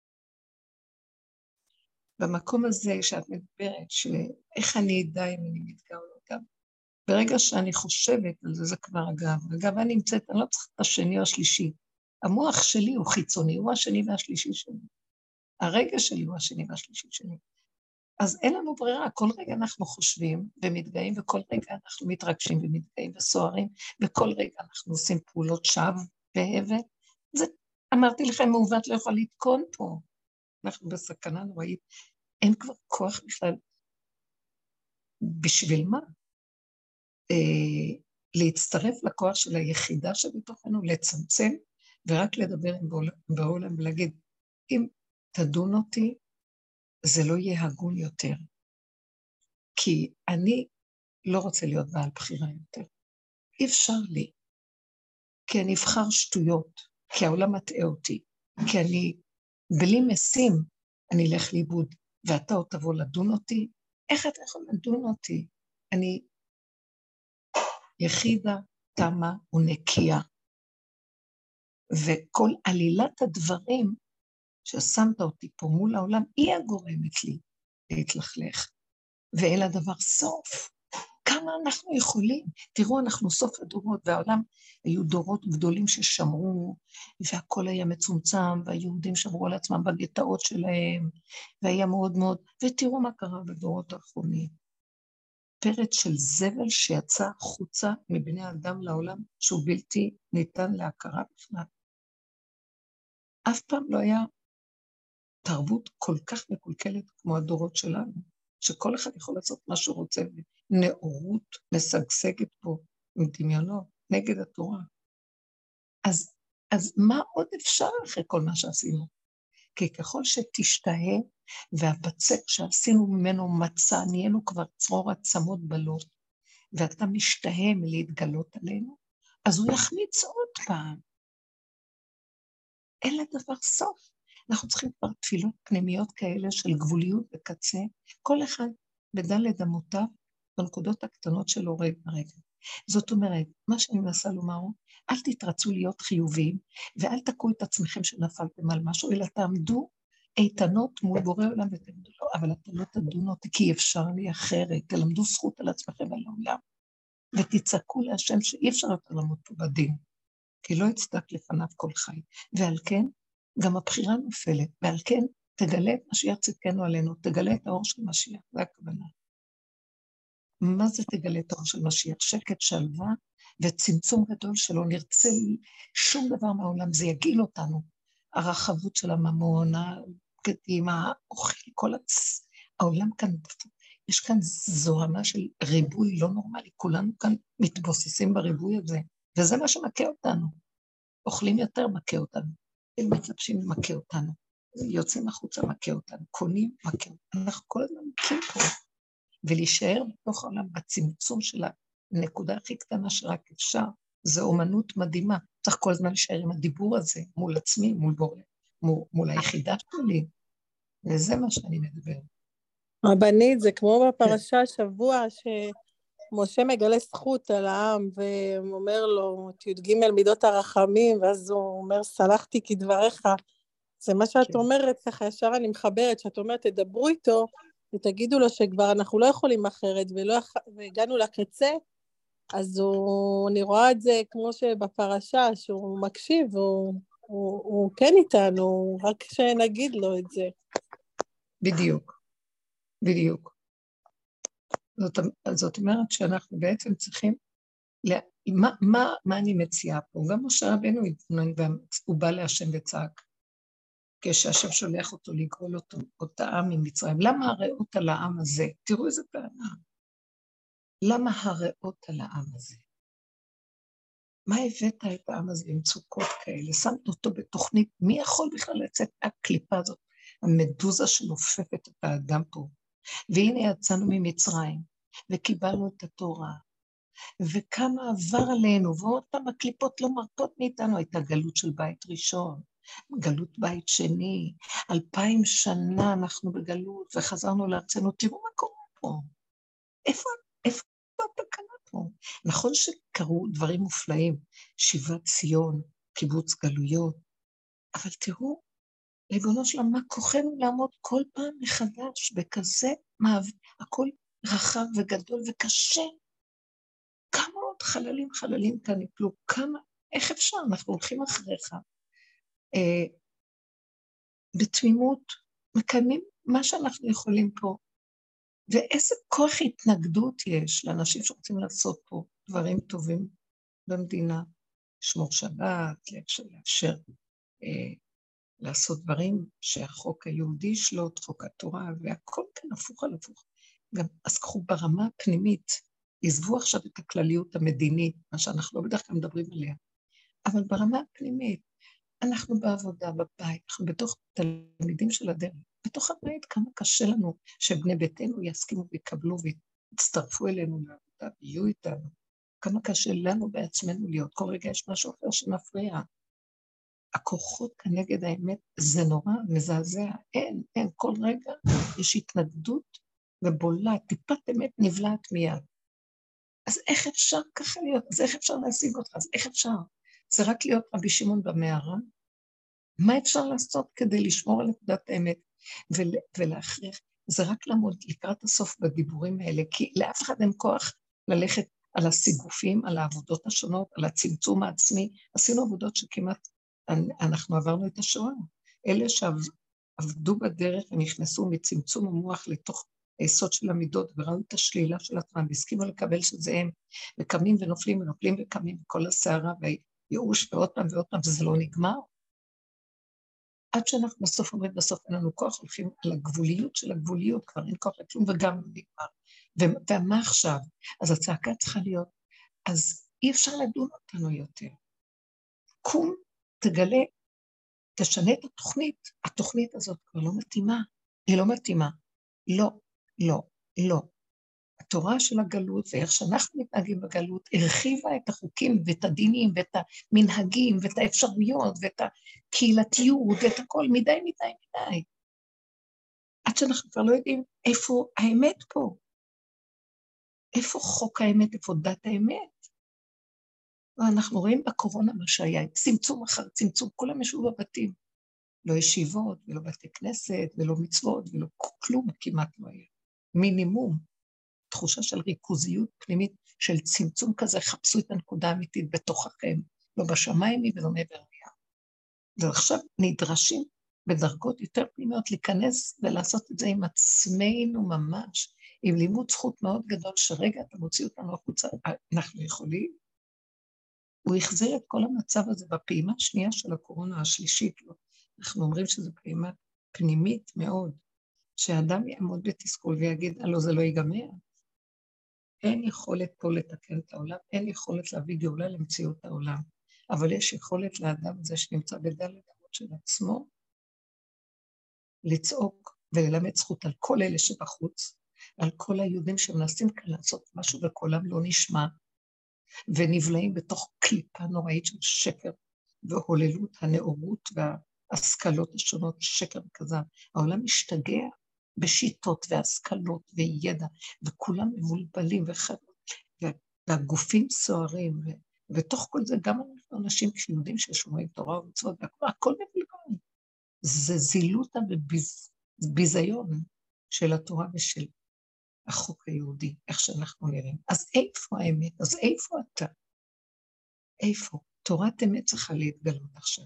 במקום הזה שאת מדברת, שאיך אני אדע אם אני מתגאה או לא גם, ברגע שאני חושבת על זה, זה כבר הגאווה. הגאווה נמצאת, אני לא צריכה את השני או השלישי. המוח שלי הוא חיצוני, הוא השני והשלישי שלי. הרגע שלי הוא השני והשלישי שלי. אז אין לנו ברירה, כל רגע אנחנו חושבים ומתגאים, וכל רגע אנחנו מתרגשים ומתגאים וסוערים, וכל רגע אנחנו עושים פעולות שווא והבל. זה, אמרתי לכם, מעוות לא יכול לתקון פה. אנחנו בסכנה נוראית. אין כבר כוח בכלל. בשביל מה? אה, להצטרף לכוח של היחידה שבתוכנו, לצמצם, ורק לדבר עם בעולם ולהגיד, אם תדון אותי, זה לא יהיה הגון יותר. כי אני לא רוצה להיות בעל בחירה יותר. אי אפשר לי. כי אני אבחר שטויות, כי העולם מטעה אותי, כי אני, בלי משים, אני אלך לאיבוד, ואתה עוד תבוא לדון אותי, איך אתה יכול לדון אותי? אני יחידה, תמה ונקייה. וכל עלילת הדברים ששמת אותי פה מול העולם, היא הגורמת לי להתלכלך. ואין לדבר סוף. כמה אנחנו יכולים? תראו, אנחנו סוף הדורות, והעולם היו דורות גדולים ששמרו, והכל היה מצומצם, והיהודים שמרו על עצמם בגטאות שלהם, והיה מאוד מאוד, ותראו מה קרה בדורות האחרונים. פרץ של זבל שיצא חוצה מבני האדם לעולם, שהוא בלתי ניתן להכרה בכלל. אף פעם לא היה תרבות כל כך מקולקלת כמו הדורות שלנו, שכל אחד יכול לעשות מה שהוא רוצה, נאורות משגשגת פה עם דמיונות, נגד התורה. אז, אז מה עוד אפשר אחרי כל מה שעשינו? כי ככל שתשתהה, והבצק שעשינו ממנו מצא, נהיינו כבר צרור עצמות בלות, ואתה משתהה מלהתגלות עלינו, אז הוא יחמיץ עוד פעם. אין לדבר סוף. אנחנו צריכים כבר תפילות פנימיות כאלה של גבוליות וקצה, כל אחד בדלת אמותיו, בנקודות הקטנות שלו רגע רגע. זאת אומרת, מה שאני מנסה לומר, אל תתרצו להיות חיוביים, ואל תקעו את עצמכם שנפלתם על משהו, אלא תעמדו איתנות מול בורא עולם ותגידו לו, אבל אתה לא תדון אותי, כי אפשר לי אחרת, תלמדו זכות על עצמכם על העולם, ותצעקו להשם שאי אפשר יותר למות פה בדין, כי לא יצדק לפניו כל חי, ועל כן גם הבחירה נופלת, ועל כן תגלה את משיח צדקנו עלינו, תגלה את האור של משיח, זה הכוונה. מה זה תגלה את האור של משיח? שקט, שלווה וצמצום גדול שלא נרצה שום דבר מהעולם, זה יגיל אותנו. הרחבות של הממון, הבגדים, האוכל, כל הצ... העולם כאן, יש כאן זוהמה של ריבוי לא נורמלי, כולנו כאן מתבוססים בריבוי הזה, וזה מה שמכה אותנו. אוכלים יותר מכה אותנו, הם מתלבשים מכה אותנו, יוצאים החוצה מכה אותנו, קונים מכה אותנו, אנחנו כל הזמן מכים פה. ולהישאר בתוך העולם בצמצום של הנקודה הכי קטנה שרק אפשר, זה אומנות מדהימה. צריך כל הזמן להישאר עם הדיבור הזה, מול עצמי, מול בורא, מול, מול היחידה שלי, וזה מה שאני מדבר. רבנית, זה כמו בפרשה השבוע, משה מגלה זכות על העם, ואומר לו, ת"ג מידות הרחמים, ואז הוא אומר, סלחתי כדבריך. זה מה שאת כן. אומרת, ככה ישר אני מחברת, שאת אומרת, תדברו איתו, ותגידו לו שכבר אנחנו לא יכולים אחרת, ולא, והגענו לקצה, אז הוא, אני רואה את זה כמו שבפרשה, שהוא מקשיב, הוא, הוא, הוא כן איתנו, רק שנגיד לו את זה. בדיוק, בדיוק. זאת, זאת אומרת שאנחנו בעצם צריכים, לה, מה, מה, מה אני מציעה פה? גם משה רבנו התבונן, הוא בא להשם וצעק, כשהשם שולח אותו לגאול אותו, אותה עם ממצרים. למה הרעות על העם הזה? תראו איזה פענה. למה הרעות על העם הזה? מה הבאת את העם הזה למצוקות כאלה? שמת אותו בתוכנית, מי יכול בכלל לצאת מהקליפה הזאת? המדוזה שנופפת את האדם פה. והנה יצאנו ממצרים, וקיבלנו את התורה, וכמה עבר עלינו, ועוד פעם הקליפות לא מרפות מאיתנו, הייתה גלות של בית ראשון, גלות בית שני, אלפיים שנה אנחנו בגלות, וחזרנו לארצנו, תראו מה קורה פה. איפה, איפה התקנה פה? נכון שקרו דברים מופלאים, שיבת ציון, קיבוץ גלויות, אבל תראו, ריבונו שלמה, מה כוחנו לעמוד כל פעם מחדש, בכזה מעבר, הכל רחב וגדול וקשה. כמה עוד חללים חללים כאן יפלו, כמה, איך אפשר? אנחנו הולכים אחריך. אה, בתמימות, מקיימים מה שאנחנו יכולים פה, ואיזה כוח התנגדות יש לאנשים שרוצים לעשות פה דברים טובים במדינה, לשמור שבת, לאפשר אה, לעשות דברים שהחוק היהודי ישלוט, חוק התורה, והכל כאן הפוך על הפוך. גם אז קחו ברמה הפנימית, עזבו עכשיו את הכלליות המדינית, מה שאנחנו לא בדרך כלל מדברים עליה, אבל ברמה הפנימית, אנחנו בעבודה, בבית, אנחנו בתוך תלמידים של הדרך, בתוך הבית כמה קשה לנו שבני ביתנו יסכימו ויקבלו ויצטרפו אלינו לעבודה ויהיו איתנו, כמה קשה לנו בעצמנו להיות, כל רגע יש משהו אחר שמפריע. הכוחות כנגד האמת זה נורא, מזעזע, אין, אין, כל רגע יש התנגדות ובולה, טיפת אמת נבלעת מיד. אז איך אפשר ככה להיות? אז איך אפשר להשיג אותך? אז איך אפשר? זה רק להיות רבי שמעון במערה? מה אפשר לעשות כדי לשמור על נקודת האמת ול, ולהכריח? זה רק לעמוד לקראת הסוף בדיבורים האלה, כי לאף אחד אין כוח ללכת על הסיגופים, על העבודות השונות, על הצמצום העצמי. עשינו עבודות שכמעט אנחנו עברנו את השואה. אלה שעבדו בדרך ונכנסו מצמצום המוח לתוך היסוד של המידות, וראו את השלילה של עצמם, והסכימו לקבל שזה הם, וקמים ונופלים ונופלים וקמים בכל הסערה והייאוש, ועוד פעם ועוד פעם, וזה לא נגמר. עד שאנחנו בסוף אומרים, בסוף אין לנו כוח, הולכים על הגבוליות של הגבוליות, כבר אין כוח לכלום וגם לא נגמר. ו- ומה עכשיו? אז הצעקה צריכה להיות, אז אי אפשר לדון אותנו יותר. קום, תגלה, תשנה את התוכנית, התוכנית הזאת כבר לא מתאימה, היא לא מתאימה. לא, לא, לא. התורה של הגלות ואיך שאנחנו מתנהגים בגלות הרחיבה את החוקים ואת הדינים ואת המנהגים ואת האפשרויות ואת הקהילתיות ואת הכל מדי מדי מדי. עד שאנחנו כבר לא יודעים איפה האמת פה. איפה חוק האמת, איפה דת האמת. ואנחנו רואים בקורונה מה שהיה, צמצום אחר צמצום, כולם ישבו בבתים. לא ישיבות ולא בתי כנסת ולא מצוות ולא כלום כמעט לא היה. מינימום. תחושה של ריכוזיות פנימית, של צמצום כזה, חפשו את הנקודה האמיתית בתוככם, לא בשמיים ולא מעבר לים. ועכשיו נדרשים בדרגות יותר פנימיות להיכנס ולעשות את זה עם עצמנו ממש, עם לימוד זכות מאוד גדול, שרגע אתה מוציא אותנו החוצה, אנחנו יכולים. הוא החזיר את כל המצב הזה בפעימה השנייה של הקורונה השלישית, לא? אנחנו אומרים שזו פעימה פנימית מאוד, שהאדם יעמוד בתסכול ויגיד, הלא זה לא ייגמר. אין יכולת פה לתקן את העולם, אין יכולת להביא גאולה למציאות העולם, אבל יש יכולת לאדם הזה שנמצא בדלת אמות של עצמו, לצעוק וללמד זכות על כל אלה שבחוץ, על כל היהודים שמנסים כאן לעשות משהו וקולם לא נשמע, ונבלעים בתוך קליפה נוראית של שקר והוללות, הנאורות וההשכלות השונות, שקר וכזב. העולם משתגע בשיטות והשכלות וידע, וכולם מבולבלים וחד... והגופים סוערים, ותוך כל זה גם אנחנו אנשים כשיודעים ששומעים תורה ומצוות, הכל מבלגון. זה זילותא וביזיון של התורה ושל החוק היהודי, איך שאנחנו נראים. אז איפה האמת? אז איפה אתה? איפה? תורת אמת צריכה להתגלות עכשיו.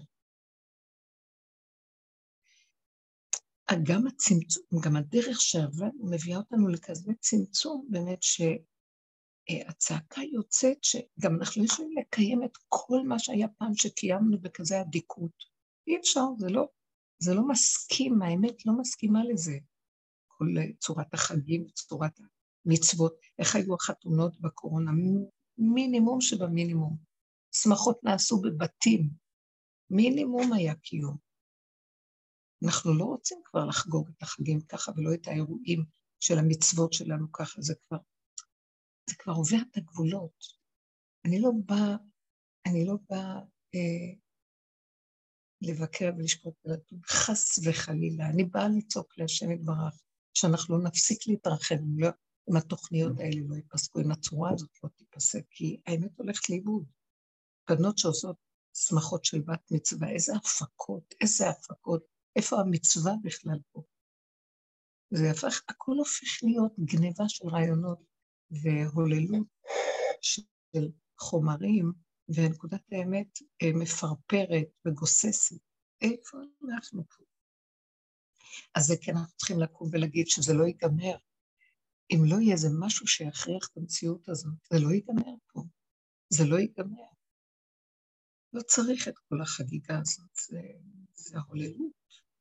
גם הצמצום, גם הדרך שעבדנו מביאה אותנו לכזה צמצום, באמת שהצעקה יוצאת שגם אנחנו לא יכולים לקיים את כל מה שהיה פעם שקיימנו בכזה עדיקות. אי אפשר, זה לא, זה לא מסכים, האמת לא מסכימה לזה. כל צורת החגים, צורת המצוות, איך היו החתונות בקורונה, מינימום שבמינימום. שמחות נעשו בבתים, מינימום היה קיום. אנחנו לא רוצים כבר לחגוג את החגים ככה, ולא את האירועים של המצוות שלנו ככה, זה כבר, זה כבר עובר את הגבולות. אני לא באה, אני לא באה אה, לבקר ולשפוט ולדון, חס וחלילה, אני באה לצעוק להשם יתברך, שאנחנו לא נפסיק להתרחב, אם, לא, אם התוכניות האלה לא ייפסקו, אם הצורה הזאת לא תיפסק, כי האמת הולכת לאיבוד. בנות שעושות שמחות של בת מצווה, איזה הפקות, איזה הפקות, איפה המצווה בכלל פה? זה הפך, הכל הופך להיות גניבה של רעיונות והוללות של חומרים, ונקודת האמת מפרפרת וגוססת. איפה אנחנו פה? אז זה כן אנחנו צריכים לקום ולהגיד שזה לא ייגמר. אם לא יהיה זה משהו שיכריח את המציאות הזאת, זה לא ייגמר פה. זה לא ייגמר. לא צריך את כל החגיגה הזאת, זה, זה הוללות.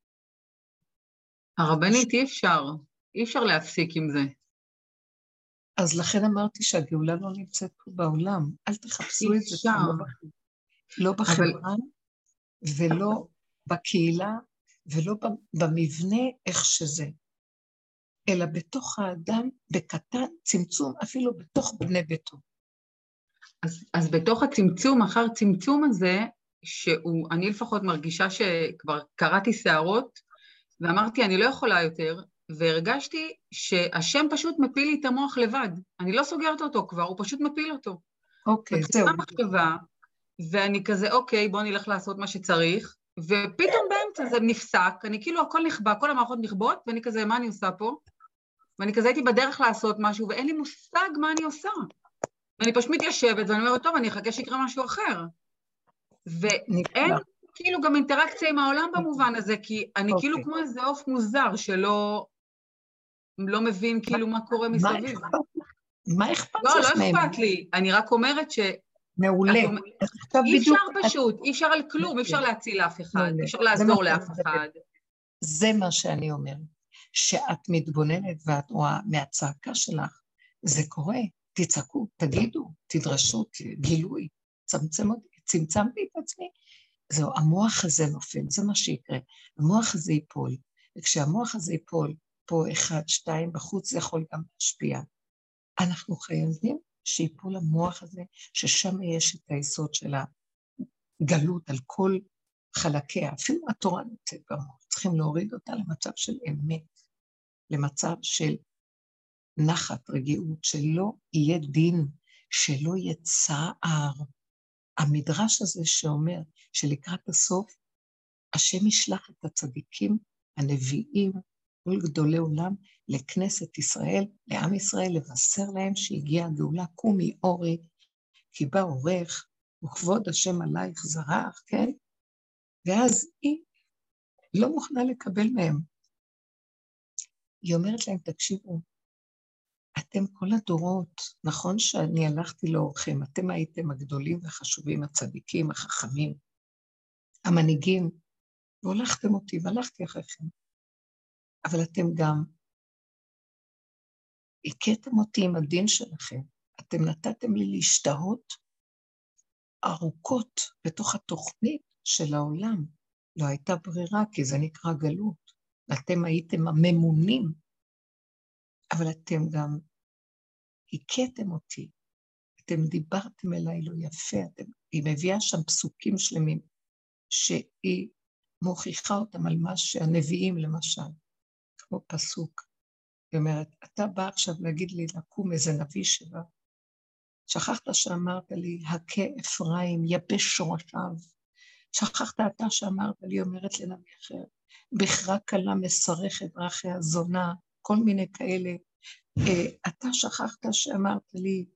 הרבנית, אי אפשר, אי אפשר להפסיק עם זה. אז לכן אמרתי שהגאולה לא נמצאת פה בעולם, אל תחפשו את זה פה, לא בחברה, ולא בקהילה, ולא במבנה איך שזה, אלא בתוך האדם, בקטן, צמצום, אפילו בתוך בני ביתו. אז, אז בתוך הצמצום, אחר צמצום הזה, שהוא, אני לפחות מרגישה שכבר קראתי שערות, ואמרתי, אני לא יכולה יותר, והרגשתי שהשם פשוט מפיל לי את המוח לבד. אני לא סוגרת אותו כבר, הוא פשוט מפיל אותו. אוקיי, זהו. מחשבה, ואני כזה, אוקיי, בוא נלך לעשות מה שצריך, ופתאום באמצע זה נפסק, אני כאילו הכל נכבה, כל המערכות נכבות, ואני כזה, מה אני עושה פה? ואני כזה הייתי בדרך לעשות משהו, ואין לי מושג מה אני עושה. ואני פשוט מתיישבת, ואני אומרת, טוב, אני אחכה שיקרה משהו אחר. ואין כאילו גם אינטראקציה עם העולם במובן הזה, כי אני כאילו כמו איזה עוף מוזר, שלא לא מבין כאילו מה קורה מסביב. מה אכפת לא, לך לא אכפת לי, אני רק אומרת ש... מעולה. אי אפשר פשוט, אי אפשר על כלום, אי אפשר להציל לאף אחד, אי אפשר לעזור לאף אחד. זה מה שאני אומרת, שאת מתבוננת ואת רואה מהצעקה שלך, זה קורה, תצעקו, תגידו, תדרשו, גילוי, צמצמתי את עצמי, זהו, המוח הזה נופל, זה מה שיקרה, המוח הזה ייפול, וכשהמוח הזה ייפול, פה אחד, שתיים, בחוץ זה יכול גם להשפיע. אנחנו חייבים שיפול המוח הזה, ששם יש את היסוד של הגלות על כל חלקיה, אפילו התורה נמצאת במוח, צריכים להוריד אותה למצב של אמת, למצב של נחת, רגיעות, שלא יהיה דין, שלא יהיה צער. המדרש הזה שאומר שלקראת הסוף, השם ישלח את הצדיקים, הנביאים, כל גדולי עולם, לכנסת ישראל, לעם ישראל, לבשר להם שהגיעה הגאולה, קומי אורי, כי בא אורך, וכבוד השם עלייך זרח, כן? ואז היא לא מוכנה לקבל מהם. היא אומרת להם, תקשיבו, אתם כל הדורות, נכון שאני הלכתי לאורכם, אתם הייתם הגדולים והחשובים, הצדיקים, החכמים, המנהיגים, והולכתם אותי והלכתי אחריכם. אבל אתם גם הכיתם אותי עם הדין שלכם, אתם נתתם לי להשתהות ארוכות בתוך התוכנית של העולם. לא הייתה ברירה, כי זה נקרא גלות. אתם הייתם הממונים, אבל אתם גם הכיתם אותי. אתם דיברתם אליי לא יפה, אתם, היא מביאה שם פסוקים שלמים, שהיא מוכיחה אותם על מה שהנביאים למשל, כמו פסוק. היא אומרת, אתה בא עכשיו להגיד לי לקום איזה נביא שבא, שכחת שאמרת לי, הכה אפרים, יבש שורשיו. שכחת אתה שאמרת לי, אומרת לנביא אחר, בכרה קלה מסרכת דרכי הזונה, כל מיני כאלה. אתה שכחת שאמרת לי,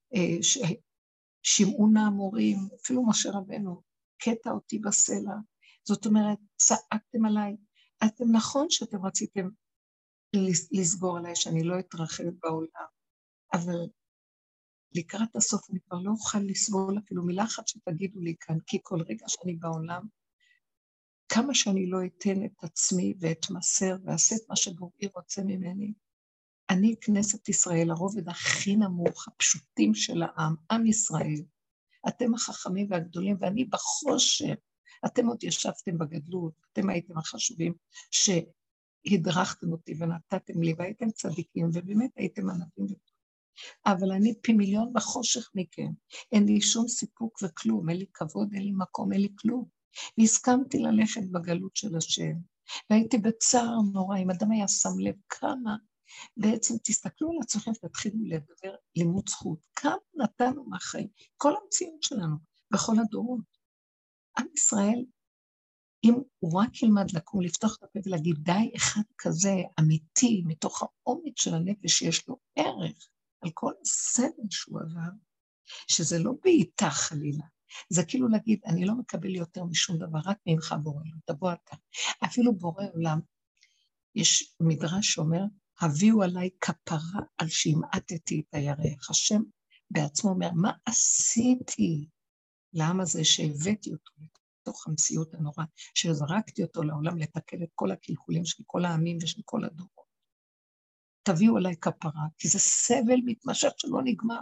שמעו נא המורים, אפילו משה רבנו, קטע אותי בסלע. זאת אומרת, צעקתם עליי. אתם נכון שאתם רציתם לסגור עליי, שאני לא אתרחב בעולם, אבל לקראת הסוף אני כבר לא אוכל לסבול אפילו מילה אחת שתגידו לי כאן, כי כל רגע שאני בעולם, כמה שאני לא אתן את עצמי ואת מסר ועשה את מה שבוראי רוצה ממני, אני כנסת ישראל, הרובד הכי נמוך, הפשוטים של העם, עם ישראל, אתם החכמים והגדולים, ואני בחושך, אתם עוד ישבתם בגדלות, אתם הייתם החשובים שהדרכתם אותי ונתתם לי, והייתם צדיקים, ובאמת הייתם ענבים וטובים. אבל אני פי מיליון בחושך מכם, אין לי שום סיפוק וכלום, אין לי כבוד, אין לי מקום, אין לי כלום. והסכמתי ללכת בגלות של השם, והייתי בצער נורא, אם אדם היה שם לב כמה, בעצם תסתכלו על עצמכם ותתחילו לדבר לימוד זכות, כמה נתנו מהחיים, כל המציאות שלנו, בכל הדורות. עם ישראל, אם הוא רק ילמד לקום, לפתוח את הפה ולהגיד, די אחד כזה אמיתי, מתוך העומק של הנפש שיש לו ערך, על כל הסבל שהוא עבר, שזה לא בעיטה חלילה, זה כאילו להגיד, אני לא מקבל יותר משום דבר, רק ממך בורא לו, תבוא אתה. אפילו בורא עולם, יש מדרש שאומר, הביאו עליי כפרה על שהמעטתי את הירח. השם בעצמו אומר, מה עשיתי לעם הזה שהבאתי אותו לתוך המציאות הנורא, שזרקתי אותו לעולם לתקן את כל הקלקולים של כל העמים ושל כל הדורות. תביאו עליי כפרה, כי זה סבל מתמשך שלא נגמר.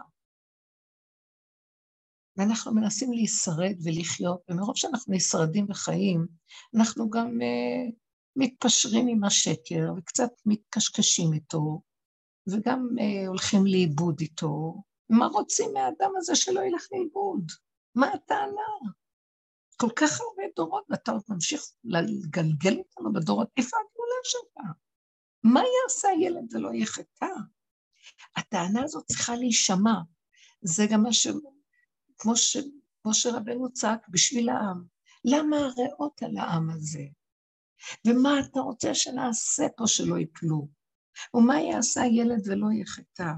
ואנחנו מנסים להישרד ולחיות, ומרוב שאנחנו נשרדים בחיים, אנחנו גם uh, מתפשרים עם השקר, וקצת מתקשקשים איתו, וגם uh, הולכים לאיבוד איתו. מה רוצים מהאדם הזה שלא ילך לאיבוד? מה הטענה? כל כך הרבה דורות, ואתה עוד ממשיך לגלגל אותנו בדורות, איפה הגדולה שלך? מה יעשה הילד ולא יחטא? הטענה הזאת צריכה להישמע. זה גם מה ש... כמו ש... כמו שרבנו צעק בשביל העם. למה הרעות על העם הזה? ומה אתה רוצה שנעשה פה שלא יפלו? ומה יעשה הילד ולא יחטא?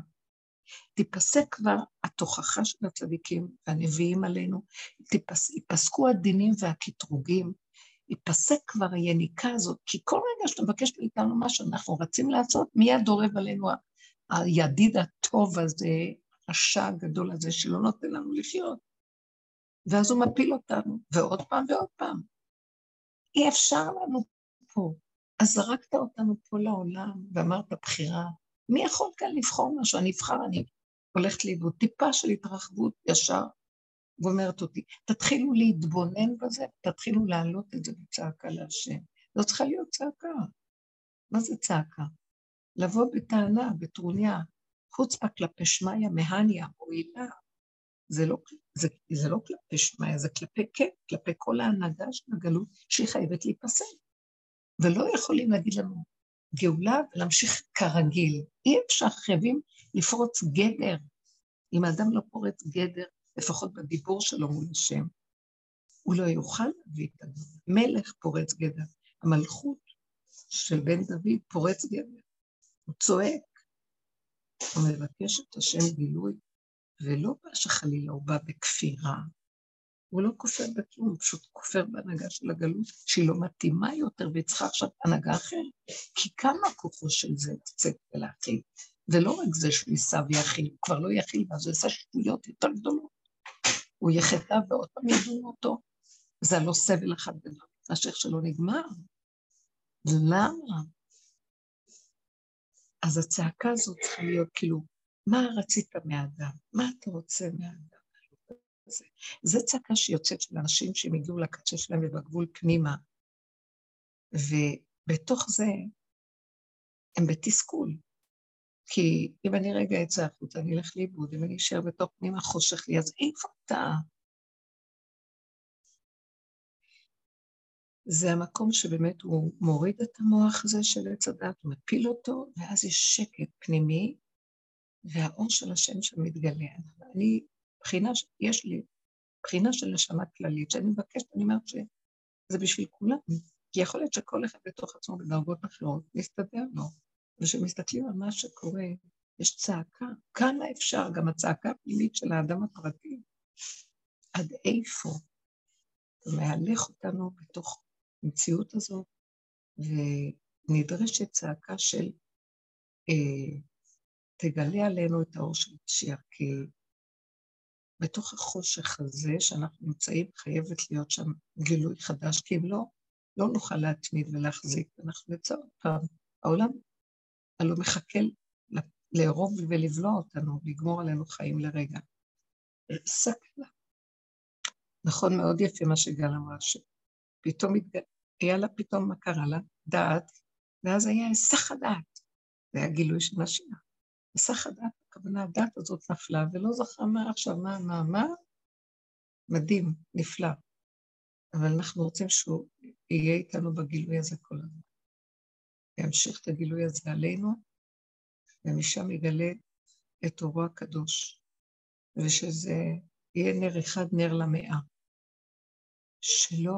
תיפסק כבר התוכחה של הצדיקים והנביאים עלינו, תיפס... ייפסקו הדינים והקטרוגים, ייפסק כבר היניקה הזאת, כי כל רגע שאתה מבקש מאיתנו מה שאנחנו רצים לעשות, מיד דורב עלינו הידיד הטוב הזה, השע הגדול הזה שלא נותן לנו לחיות, ואז הוא מפיל אותנו, ועוד פעם ועוד פעם. אי אפשר לנו פה, אז זרקת אותנו פה לעולם, ואמרת בחירה, מי יכול כאן לבחור משהו? אני אבחר, אני הולכת לאיבוד, טיפה של התרחבות ישר, ואומרת אותי, תתחילו להתבונן בזה, תתחילו להעלות את זה בצעקה להשם. זאת צריכה להיות צעקה. מה זה צעקה? לבוא בטענה, בטרוניה, חוצפה כלפי שמיה, מהניה, מועילה. זה לא, זה, זה לא כלפי שמיה, זה כלפי כן, כלפי כל ההנהגה של הגלות שהיא חייבת להיפסק. ולא יכולים להגיד לנו גאולה ולהמשיך כרגיל. אי אפשר, חייבים לפרוץ גדר. אם האדם לא פורץ גדר, לפחות בדיבור שלו מול השם, הוא לא יוכל להביא את הגאולה. מלך פורץ גדר. המלכות של בן דוד פורץ גדר. הוא צועק. הוא מבקש את השם גילוי, ולא בא שחלילה, הוא בא בכפירה. הוא לא כופר בכלום, הוא פשוט כופר בהנהגה של הגלות, שהיא לא מתאימה יותר, והיא צריכה עכשיו הנהגה אחרת. כי כמה כוחו של זה לצאת ולהכיל. ולא רק זה שהוא יישא ויכיל, הוא כבר לא יכיל, ואז הוא יעשה שטויות יותר גדולות. הוא יחטא ועוד פעם ידונו אותו. זה לא סבל אחד גדול, השך שלו נגמר. למה? אז הצעקה הזאת צריכה להיות כאילו, מה רצית מהאדם? מה אתה רוצה מהאדם? זה, זה צעקה שיוצאת של אנשים שהם הגיעו לקצה שלהם ובגבול פנימה, ובתוך זה הם בתסכול. כי אם אני רגע אצא החוצה, אני אלך לאיבוד, אם אני אשאר בתוך פנימה חושך לי, אז איפה אתה? זה המקום שבאמת הוא מוריד את המוח הזה של עץ הדת, הוא מפיל אותו, ואז יש שקט פנימי, והאור של השם שמתגלה. אני, בחינה, יש לי בחינה של נשמה כללית, שאני מבקשת, אני אומרת שזה בשביל כולם, כי יכול להיות שכל אחד בתוך עצמו בדרגות אחרות, מסתדר לו, ושמסתכלים על מה שקורה, יש צעקה, כמה אפשר, גם הצעקה הפנימית של האדם הפרטי, עד איפה, ומהלך אותנו בתוך המציאות הזאת, ונדרשת צעקה של, אה, תגלה עלינו את האור של משיח, כי בתוך החושך הזה שאנחנו נמצאים, חייבת להיות שם גילוי חדש, כי אם לא, לא נוכל להתמיד ולהחזיק, אנחנו נצא עוד פעם. העולם הלא מחכה לערוב ולבלוע אותנו, לגמור עלינו חיים לרגע. סכנה. נכון, מאוד יפה מה שגל אמרה, שפתאום התגל... היה לה פתאום מה קרה לה, דעת, ואז היה היסח הדעת, זה היה גילוי של משיח. היסח הדעת, הכוונה, הדעת הזאת נפלה, ולא זכרה מה עכשיו, מה, מה, מה, מדהים, נפלא. אבל אנחנו רוצים שהוא יהיה איתנו בגילוי הזה כל הזמן. וימשיך את הגילוי הזה עלינו, ומשם יגלה את אורו הקדוש, ושזה יהיה נר אחד, נר למאה. שלא...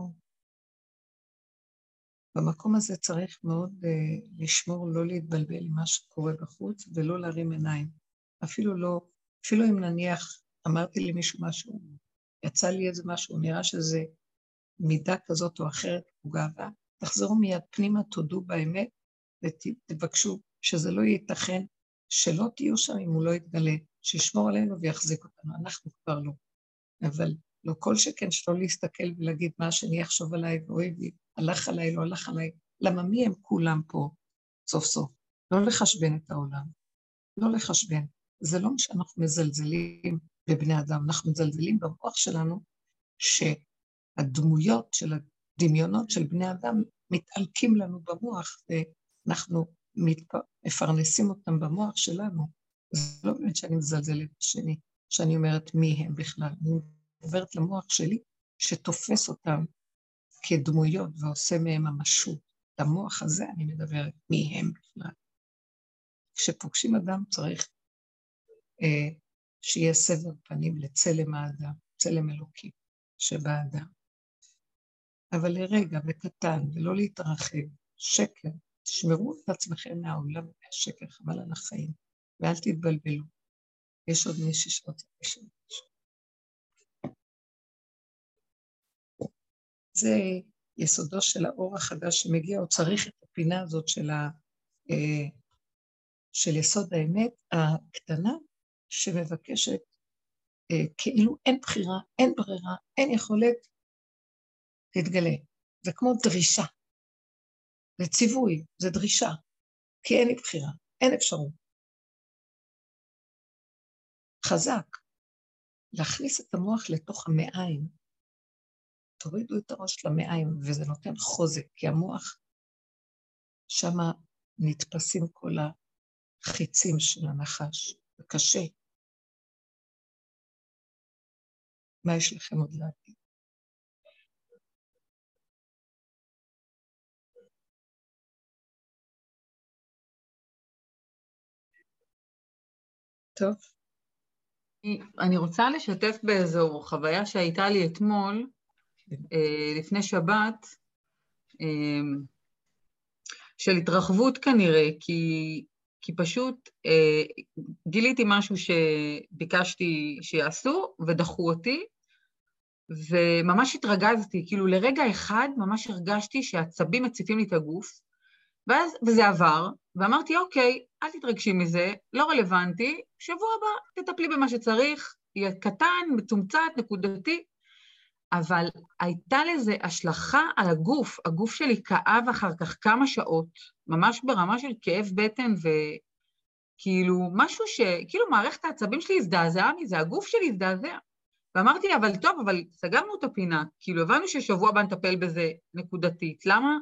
במקום הזה צריך מאוד uh, לשמור, לא להתבלבל עם מה שקורה בחוץ, ולא להרים עיניים. אפילו לא, אפילו אם נניח, אמרתי לי מישהו משהו, יצא לי איזה משהו, נראה שזה מידה כזאת או אחרת, הוא גאווה, תחזרו מיד פנימה, תודו באמת, ותבקשו שזה לא ייתכן, שלא תהיו שם אם הוא לא יתגלה, שישמור עלינו ויחזיק אותנו, אנחנו כבר לא. אבל לא כל שכן שלא להסתכל ולהגיד מה השני יחשוב עליי ואוהבי, הלך עליי, לא הלך עליי, למה מי הם כולם פה סוף סוף? לא לחשבן את העולם, לא לחשבן. זה לא שאנחנו מזלזלים בבני אדם, אנחנו מזלזלים במוח שלנו, שהדמויות של הדמיונות של בני אדם מתעלקים לנו במוח, ואנחנו מפרנסים אותם במוח שלנו. זה לא באמת שאני מזלזלת בשני, שאני אומרת מי הם בכלל. אני עוברת למוח שלי, שתופס אותם כדמויות ועושה מהם ממשות. למוח הזה אני מדברת מי הם בכלל. כשפוגשים אדם צריך אה, שיהיה סבר פנים לצלם האדם, צלם אלוקי שבאדם. אבל לרגע וקטן ולא להתרחב, שקר, תשמרו את עצמכם מהעולם והשקר, חבל על החיים, ואל תתבלבלו. יש עוד מישהו שרוצה לשאול משהו. זה יסודו של האור החדש שמגיע, הוא צריך את הפינה הזאת של, ה, של יסוד האמת הקטנה, שמבקשת כאילו אין בחירה, אין ברירה, אין יכולת, תתגלה. זה כמו דרישה, זה ציווי, זה דרישה, כי אין לי בחירה, אין אפשרות. חזק, להכניס את המוח לתוך המעיים, תורידו את הראש למעיים, וזה נותן חוזק, כי המוח, שמה נתפסים כל החיצים של הנחש, זה קשה. מה יש לכם עוד להגיד? טוב. אני רוצה לשתף באיזו חוויה שהייתה לי אתמול, לפני שבת, של התרחבות כנראה, כי, כי פשוט גיליתי משהו שביקשתי שיעשו ודחו אותי, וממש התרגזתי, כאילו לרגע אחד ממש הרגשתי שהעצבים מציפים לי את הגוף, ואז, וזה עבר, ואמרתי, אוקיי, אל תתרגשי מזה, לא רלוונטי, שבוע הבא תטפלי במה שצריך, יהיה קטן, מצומצת, נקודתי, אבל הייתה לזה השלכה על הגוף, הגוף שלי כאב אחר כך כמה שעות, ממש ברמה של כאב בטן, וכאילו משהו ש... כאילו מערכת העצבים שלי הזדעזעה מזה, הגוף שלי הזדעזע. ואמרתי, אבל טוב, אבל סגרנו את הפינה, כאילו הבנו ששבוע הבא נטפל בזה נקודתית, למה?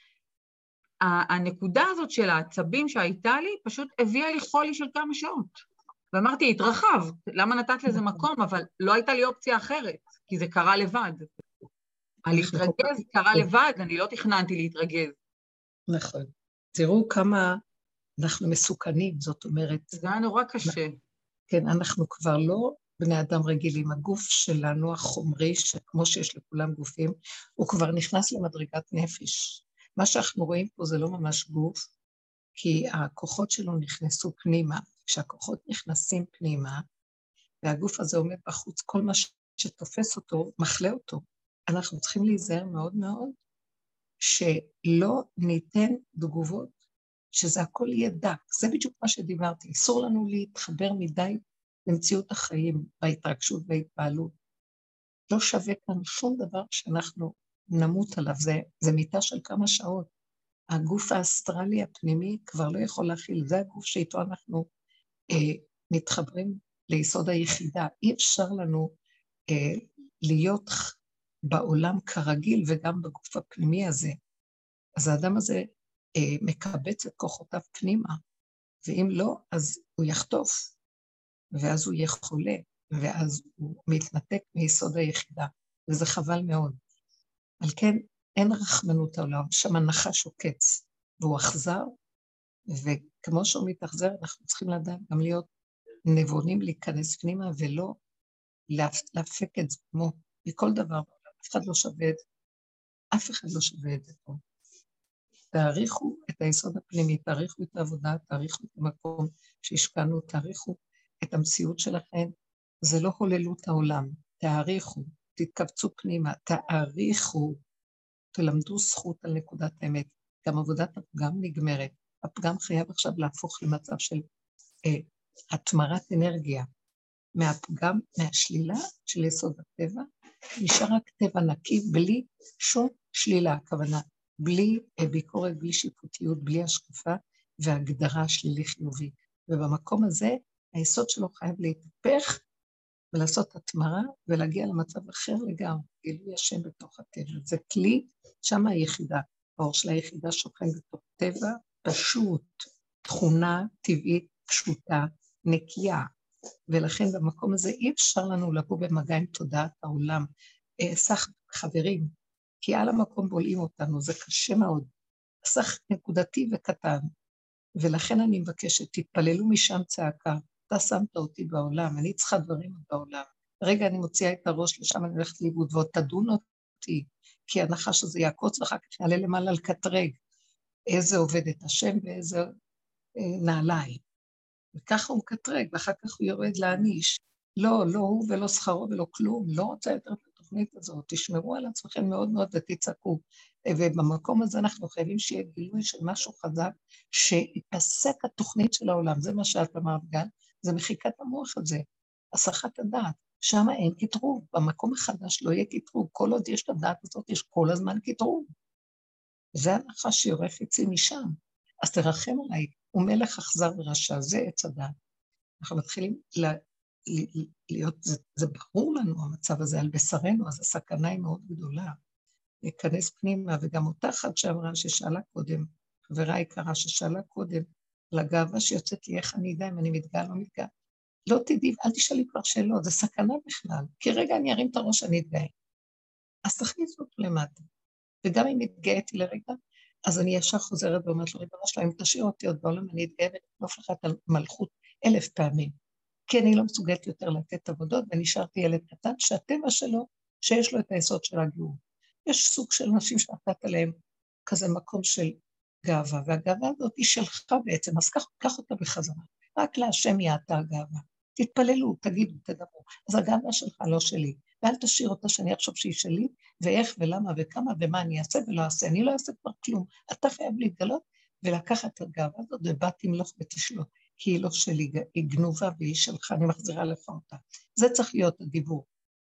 הנקודה הזאת של העצבים שהייתה לי, פשוט הביאה לי חולי של כמה שעות. ואמרתי, התרחב, למה נתת לזה מקום? אבל לא הייתה לי אופציה אחרת, כי זה קרה לבד. להתרגז קרה לבד, אני לא תכננתי להתרגז. נכון. תראו כמה אנחנו מסוכנים, זאת אומרת... זה היה נורא קשה. כן, אנחנו כבר לא בני אדם רגילים. הגוף שלנו, החומרי, שכמו שיש לכולם גופים, הוא כבר נכנס למדרגת נפש. מה שאנחנו רואים פה זה לא ממש גוף, כי הכוחות שלו נכנסו פנימה. כשהכוחות נכנסים פנימה, והגוף הזה עומד בחוץ, כל מה שתופס אותו, מחלה אותו. אנחנו צריכים להיזהר מאוד מאוד, שלא ניתן תגובות, שזה הכל יהיה דק. זה בדיוק מה שדיברתי. אסור לנו להתחבר מדי למציאות החיים, בהתרגשות וההתפעלות. לא שווה כאן שום דבר שאנחנו נמות עליו. זה, זה מיטה של כמה שעות. הגוף האסטרלי הפנימי כבר לא יכול להכיל. זה הגוף שאיתו אנחנו אה, מתחברים ליסוד היחידה. אי אפשר לנו אה, להיות בעולם כרגיל וגם בגוף הפנימי הזה. אז האדם הזה אה, מקבץ את כוחותיו פנימה, ואם לא, אז הוא יחטוף, ואז הוא יהיה חולה, ואז הוא מתנתק מיסוד היחידה, וזה חבל מאוד. על כן, אין רחמנות העולם, שם הנחש עוקץ, והוא אכזר, וכמו שהוא מתאכזר, אנחנו צריכים לדעת גם להיות נבונים להיכנס פנימה, ולא להפק את זה כמו מכל דבר, אף אחד לא שווה את זה, אף אחד לא שווה את זה פה. תאריכו את היסוד הפנימי, תאריכו את העבודה, תאריכו את המקום שהשקענו, תאריכו את המציאות שלכם, זה לא הוללות העולם, תאריכו, תתקבצו פנימה, תאריכו, תלמדו זכות על נקודת האמת, גם עבודת הפגם נגמרת, הפגם חייב עכשיו להפוך למצב של אה, התמרת אנרגיה, מהפגם, מהשלילה של יסוד הטבע, נשאר רק טבע נקי, בלי שום שלילה, הכוונה, בלי ביקורת, בלי שיפוטיות, בלי השקפה, והגדרה שלילי חיובי. ובמקום הזה, היסוד שלו חייב להתהפך, ולעשות התמרה, ולהגיע למצב אחר לגמרי, גילוי השם בתוך הטבע. זה כלי, שם היחידה, האור של היחידה שוכן בתוך טבע, פשוט, תכונה טבעית, פשוטה, נקייה. ולכן במקום הזה אי אפשר לנו לבוא במגע עם תודעת העולם. סך חברים, כי על המקום בולעים אותנו, זה קשה מאוד. סך נקודתי וקטן, ולכן אני מבקשת, תתפללו משם צעקה, אתה שמת אותי בעולם, אני צריכה דברים בעולם. רגע אני מוציאה את הראש, לשם אני הולכת לאיבוד, ועוד תדון אותי, כי הנחש הזה יעקוץ, ואחר כך יעלה למעלה על קטרג, איזה עובד את השם ואיזה אה, נעליים. וככה הוא מקטרג, ואחר כך הוא יורד להניש. לא, לא הוא ולא שכרו ולא כלום, לא רוצה יותר את התוכנית הזאת, תשמרו על עצמכם מאוד מאוד ותצעקו. ובמקום הזה אנחנו חייבים שיהיה גילוי של משהו חזק, שיפסק התוכנית של העולם, זה מה שאת אמרת גל, זה מחיקת המוח הזה, הסחת הדעת, שם אין כתרוב, במקום החדש לא יהיה כתרוב, כל עוד יש את הדעת הזאת, יש כל הזמן כתרוב. זה הנחש שיורף יציא משם, אז תרחם עליי, הוא מלך אכזר ורשע, זה עץ הדעת. אנחנו מתחילים ל... להיות, זה, זה ברור לנו המצב הזה על בשרנו, אז הסכנה היא מאוד גדולה, להיכנס פנימה, וגם אותה אחת שאמרה ששאלה קודם, חברה יקרה ששאלה קודם, לגאווה שיוצאת לי איך אני אדע אם אני מתגאה לא מתגאה, לא תדעי, אל תשאלי כבר שאלות, זה סכנה בכלל, כי רגע אני ארים את הראש אני אתגאה, אז תכניסו אותו למטה, וגם אם התגאיתי לרגע, אז אני ישר חוזרת ואומרת לו, ריבונו שלו, אם תשאיר אותי עוד בעולם, אני אתגאה ונפלוף לך את המלכות אלף פעמים, כי אני לא מסוגלת יותר לתת עבודות, ונשארתי ילד קטן שהטבע שלו, שיש לו את היסוד של הגאולה. יש סוג של נשים שנתת עליהם כזה מקום של גאווה, והגאווה הזאת היא שלך בעצם, אז קח, קח אותה בחזרה. רק להשם יעתה הגאווה. תתפללו, תגידו, תדברו. אז הגאווה שלך לא שלי, ואל תשאיר אותה שאני אחשוב שהיא שלי, ואיך ולמה וכמה ומה אני אעשה ולא אעשה. אני לא אעשה כבר כלום. אתה חייב להתגלות ולקחת את הגאווה הזאת, ובה תמלוך ותשלוט. כי היא לא שלי, היא גנובה והיא שלך, אני מחזירה לך אותה. זה צריך להיות הדיבור.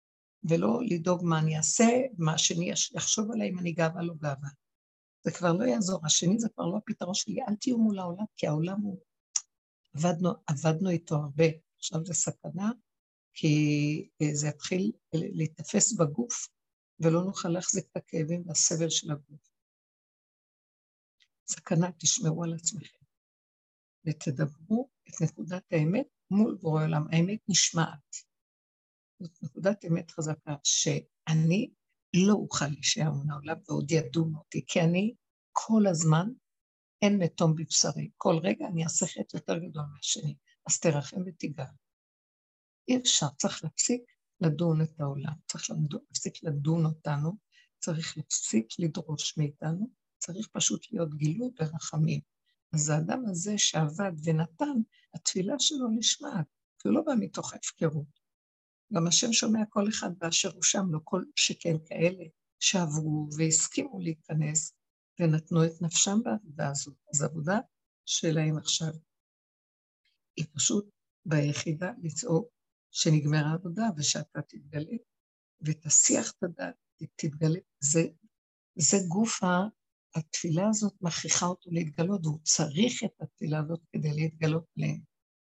ולא לדאוג מה אני אעשה, מה השני יחשוב עליי אם אני גאווה לא גאווה. זה כבר לא יעזור, השני זה כבר לא הפתרון שלי, אל תהיו מול העולם, כי העולם הוא, עבדנו, עבדנו איתו הרבה, עכשיו זה סכנה, כי זה יתחיל להתאפס בגוף, ולא נוכל להחזיק את הכאבים והסבל של הגוף. סכנה, תשמרו על עצמכם, ותדברו את נקודת האמת מול בורא עולם, האמת נשמעת. זאת נקודת אמת חזקה, שאני לא אוכל להישאר מן העולם, ועוד ידון אותי, כי אני כל הזמן אין מתום בבשרי. כל רגע אני אעשה חטא יותר גדול מהשני, אז תרחם ותיגע. אי אפשר, צריך להפסיק לדון את העולם, צריך להפסיק לדון אותנו, צריך להפסיק לדרוש מאיתנו, צריך פשוט להיות גילוי ברחמים. אז האדם הזה שעבד ונתן, התפילה שלו נשמעת, כי הוא לא בא מתוך ההפקרות. גם השם שומע כל אחד באשר הוא שם, לא כל שכן כאלה שעברו והסכימו להיכנס, ונתנו את נפשם בעבודה הזאת. אז העבודה שלהם עכשיו היא פשוט ביחידה לצעוק שנגמרה העבודה ושאתה תתגלה, ותסיח את הדעת, תתגלה. זה, זה גוף התפילה הזאת מכריחה אותו להתגלות, והוא צריך את התפילה הזאת כדי להתגלות להם.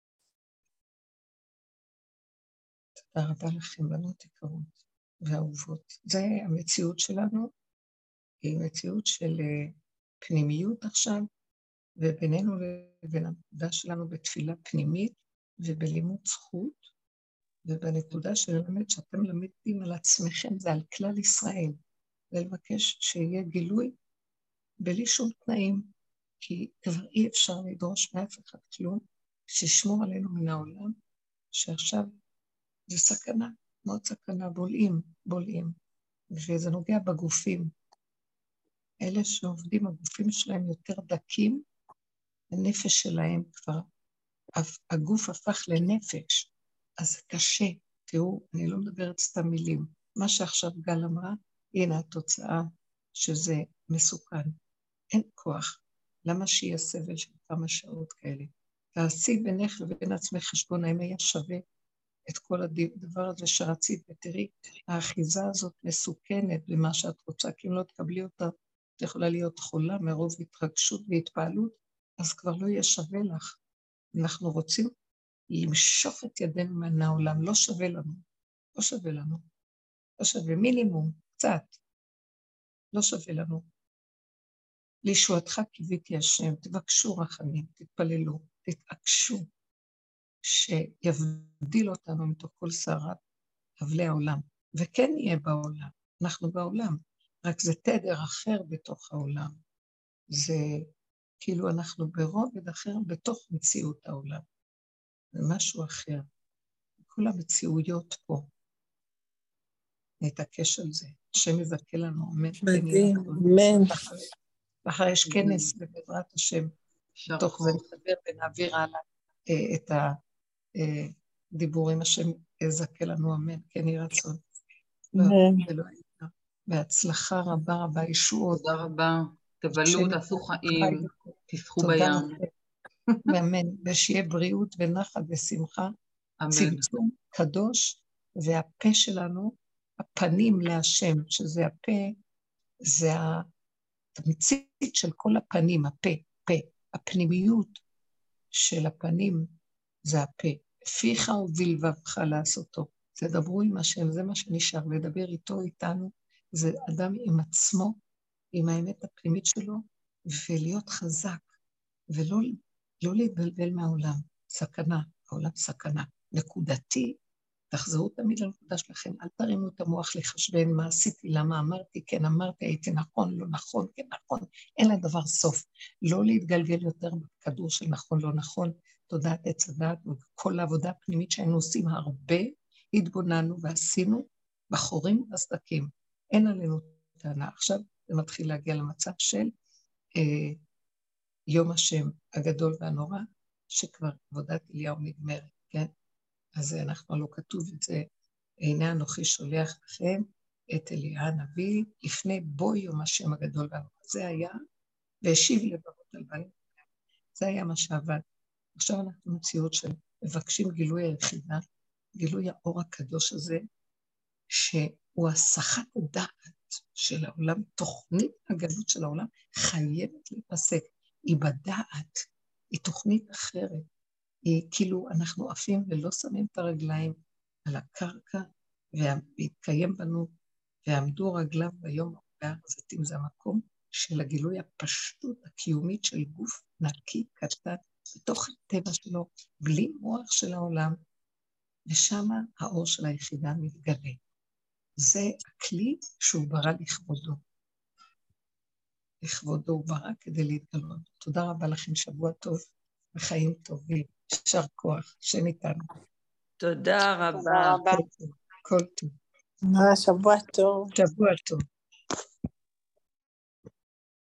תודה רבה לכם, בנות יקרות ואהובות. זה המציאות שלנו, היא מציאות של פנימיות עכשיו, ובינינו לבין הנקודה שלנו בתפילה פנימית, ובלימוד זכות, ובנקודה של ללמד שאתם למדים על עצמכם, זה על כלל ישראל, ולבקש שיהיה גילוי בלי שום תנאים, כי כבר אי אפשר לדרוש מאף אחד כלום, שישמור עלינו מן העולם, שעכשיו זה סכנה, מאוד סכנה, בולעים, בולעים, וזה נוגע בגופים. אלה שעובדים, הגופים שלהם יותר דקים, הנפש שלהם כבר, הגוף הפך לנפש, אז זה קשה. תראו, אני לא מדברת סתם מילים. מה שעכשיו גל אמרה, הנה התוצאה שזה מסוכן. אין כוח. למה שיהיה סבל של כמה שעות כאלה? תעשי בינך לבין עצמך חשבון, האם היה שווה את כל הדבר הזה שרצית, ותראי, האחיזה הזאת מסוכנת במה שאת רוצה, כי אם לא תקבלי אותה, את יכולה להיות חולה מרוב התרגשות והתפעלות, אז כבר לא יהיה שווה לך. אנחנו רוצים למשוך את ידינו מן העולם, לא שווה לנו, לא שווה לנו, לא שווה, מינימום, קצת, לא שווה לנו. לישועתך קיוויתי השם, תבקשו רחמים, תתפללו, תתעקשו, שיבדיל אותנו מתוך כל סערת אבלי העולם, וכן יהיה בעולם, אנחנו בעולם, רק זה תדר אחר בתוך העולם, זה כאילו אנחנו ברובד אחר בתוך מציאות העולם, זה משהו אחר, כל המציאויות פה, נתעקש על זה, השם יזכה לנו, אמן. מדהים, אמן. ואחר יש כנס בבעזרת השם, תוך זה נדבר ונעביר הלאה את הדיבורים, השם יזכה לנו, אמן, כן יהי רצון. בהצלחה רבה רבה, ישועות. תודה רבה, תבלו, תעשו חיים, תשחו בים. ואמן, ושיהיה בריאות ונחת ושמחה, צמצום קדוש, והפה שלנו, הפנים להשם, שזה הפה, זה המצית של כל הפנים, הפה, פה, הפנימיות של הפנים, זה הפה. פיך ובלבבך לעשותו. תדברו עם השם, זה מה שנשאר, לדבר איתו, איתנו, זה אדם עם עצמו, עם האמת הפנימית שלו, ולהיות חזק, ולא לא להתבלבל מהעולם. סכנה, העולם סכנה. נקודתי, תחזרו תמיד לנקודה שלכם, אל תרימו את המוח לחשבן מה עשיתי, למה אמרתי, כן אמרתי, הייתי נכון, לא נכון, כן נכון, אין לדבר סוף. לא להתגלגל יותר בכדור של נכון, לא נכון, תודעת עץ הדעת, וכל העבודה הפנימית שהיינו עושים הרבה, התבוננו ועשינו בחורים ובסדקים. אין עלינו טענה. עכשיו זה מתחיל להגיע למצב של אה, יום השם הגדול והנורא, שכבר עבודת אליהו נגמרת, כן? אז אנחנו לא כתוב את זה, הנה אנוכי שולח לכם את אליה הנביא, לפני בוא יום השם הגדול והנורא. זה היה, והשיב לבבות על בנים. זה היה מה שעבד. עכשיו אנחנו מציאות של מבקשים גילוי היחידה, גילוי האור הקדוש הזה, שהוא הסחת הדעת של העולם, תוכנית הגלות של העולם, חייבת להיפסק. היא בדעת, היא תוכנית אחרת. היא כאילו אנחנו עפים ולא שמים את הרגליים על הקרקע, והתקיים בנו, ועמדו רגליו ביום בהר הזיתים, זה המקום של הגילוי הפשטות הקיומית של גוף נקי, קטן, בתוך הטבע שלו, בלי מוח של העולם, ושם האור של היחידה מתגלה. זה הכלי שהוא ברא לכבודו. לכבודו וברא כדי להתגלות. תודה רבה לכם, שבוע טוב וחיים טובים. יישר כוח, שניתנו. תודה רבה. כל טוב. שבוע טוב. שבוע טוב.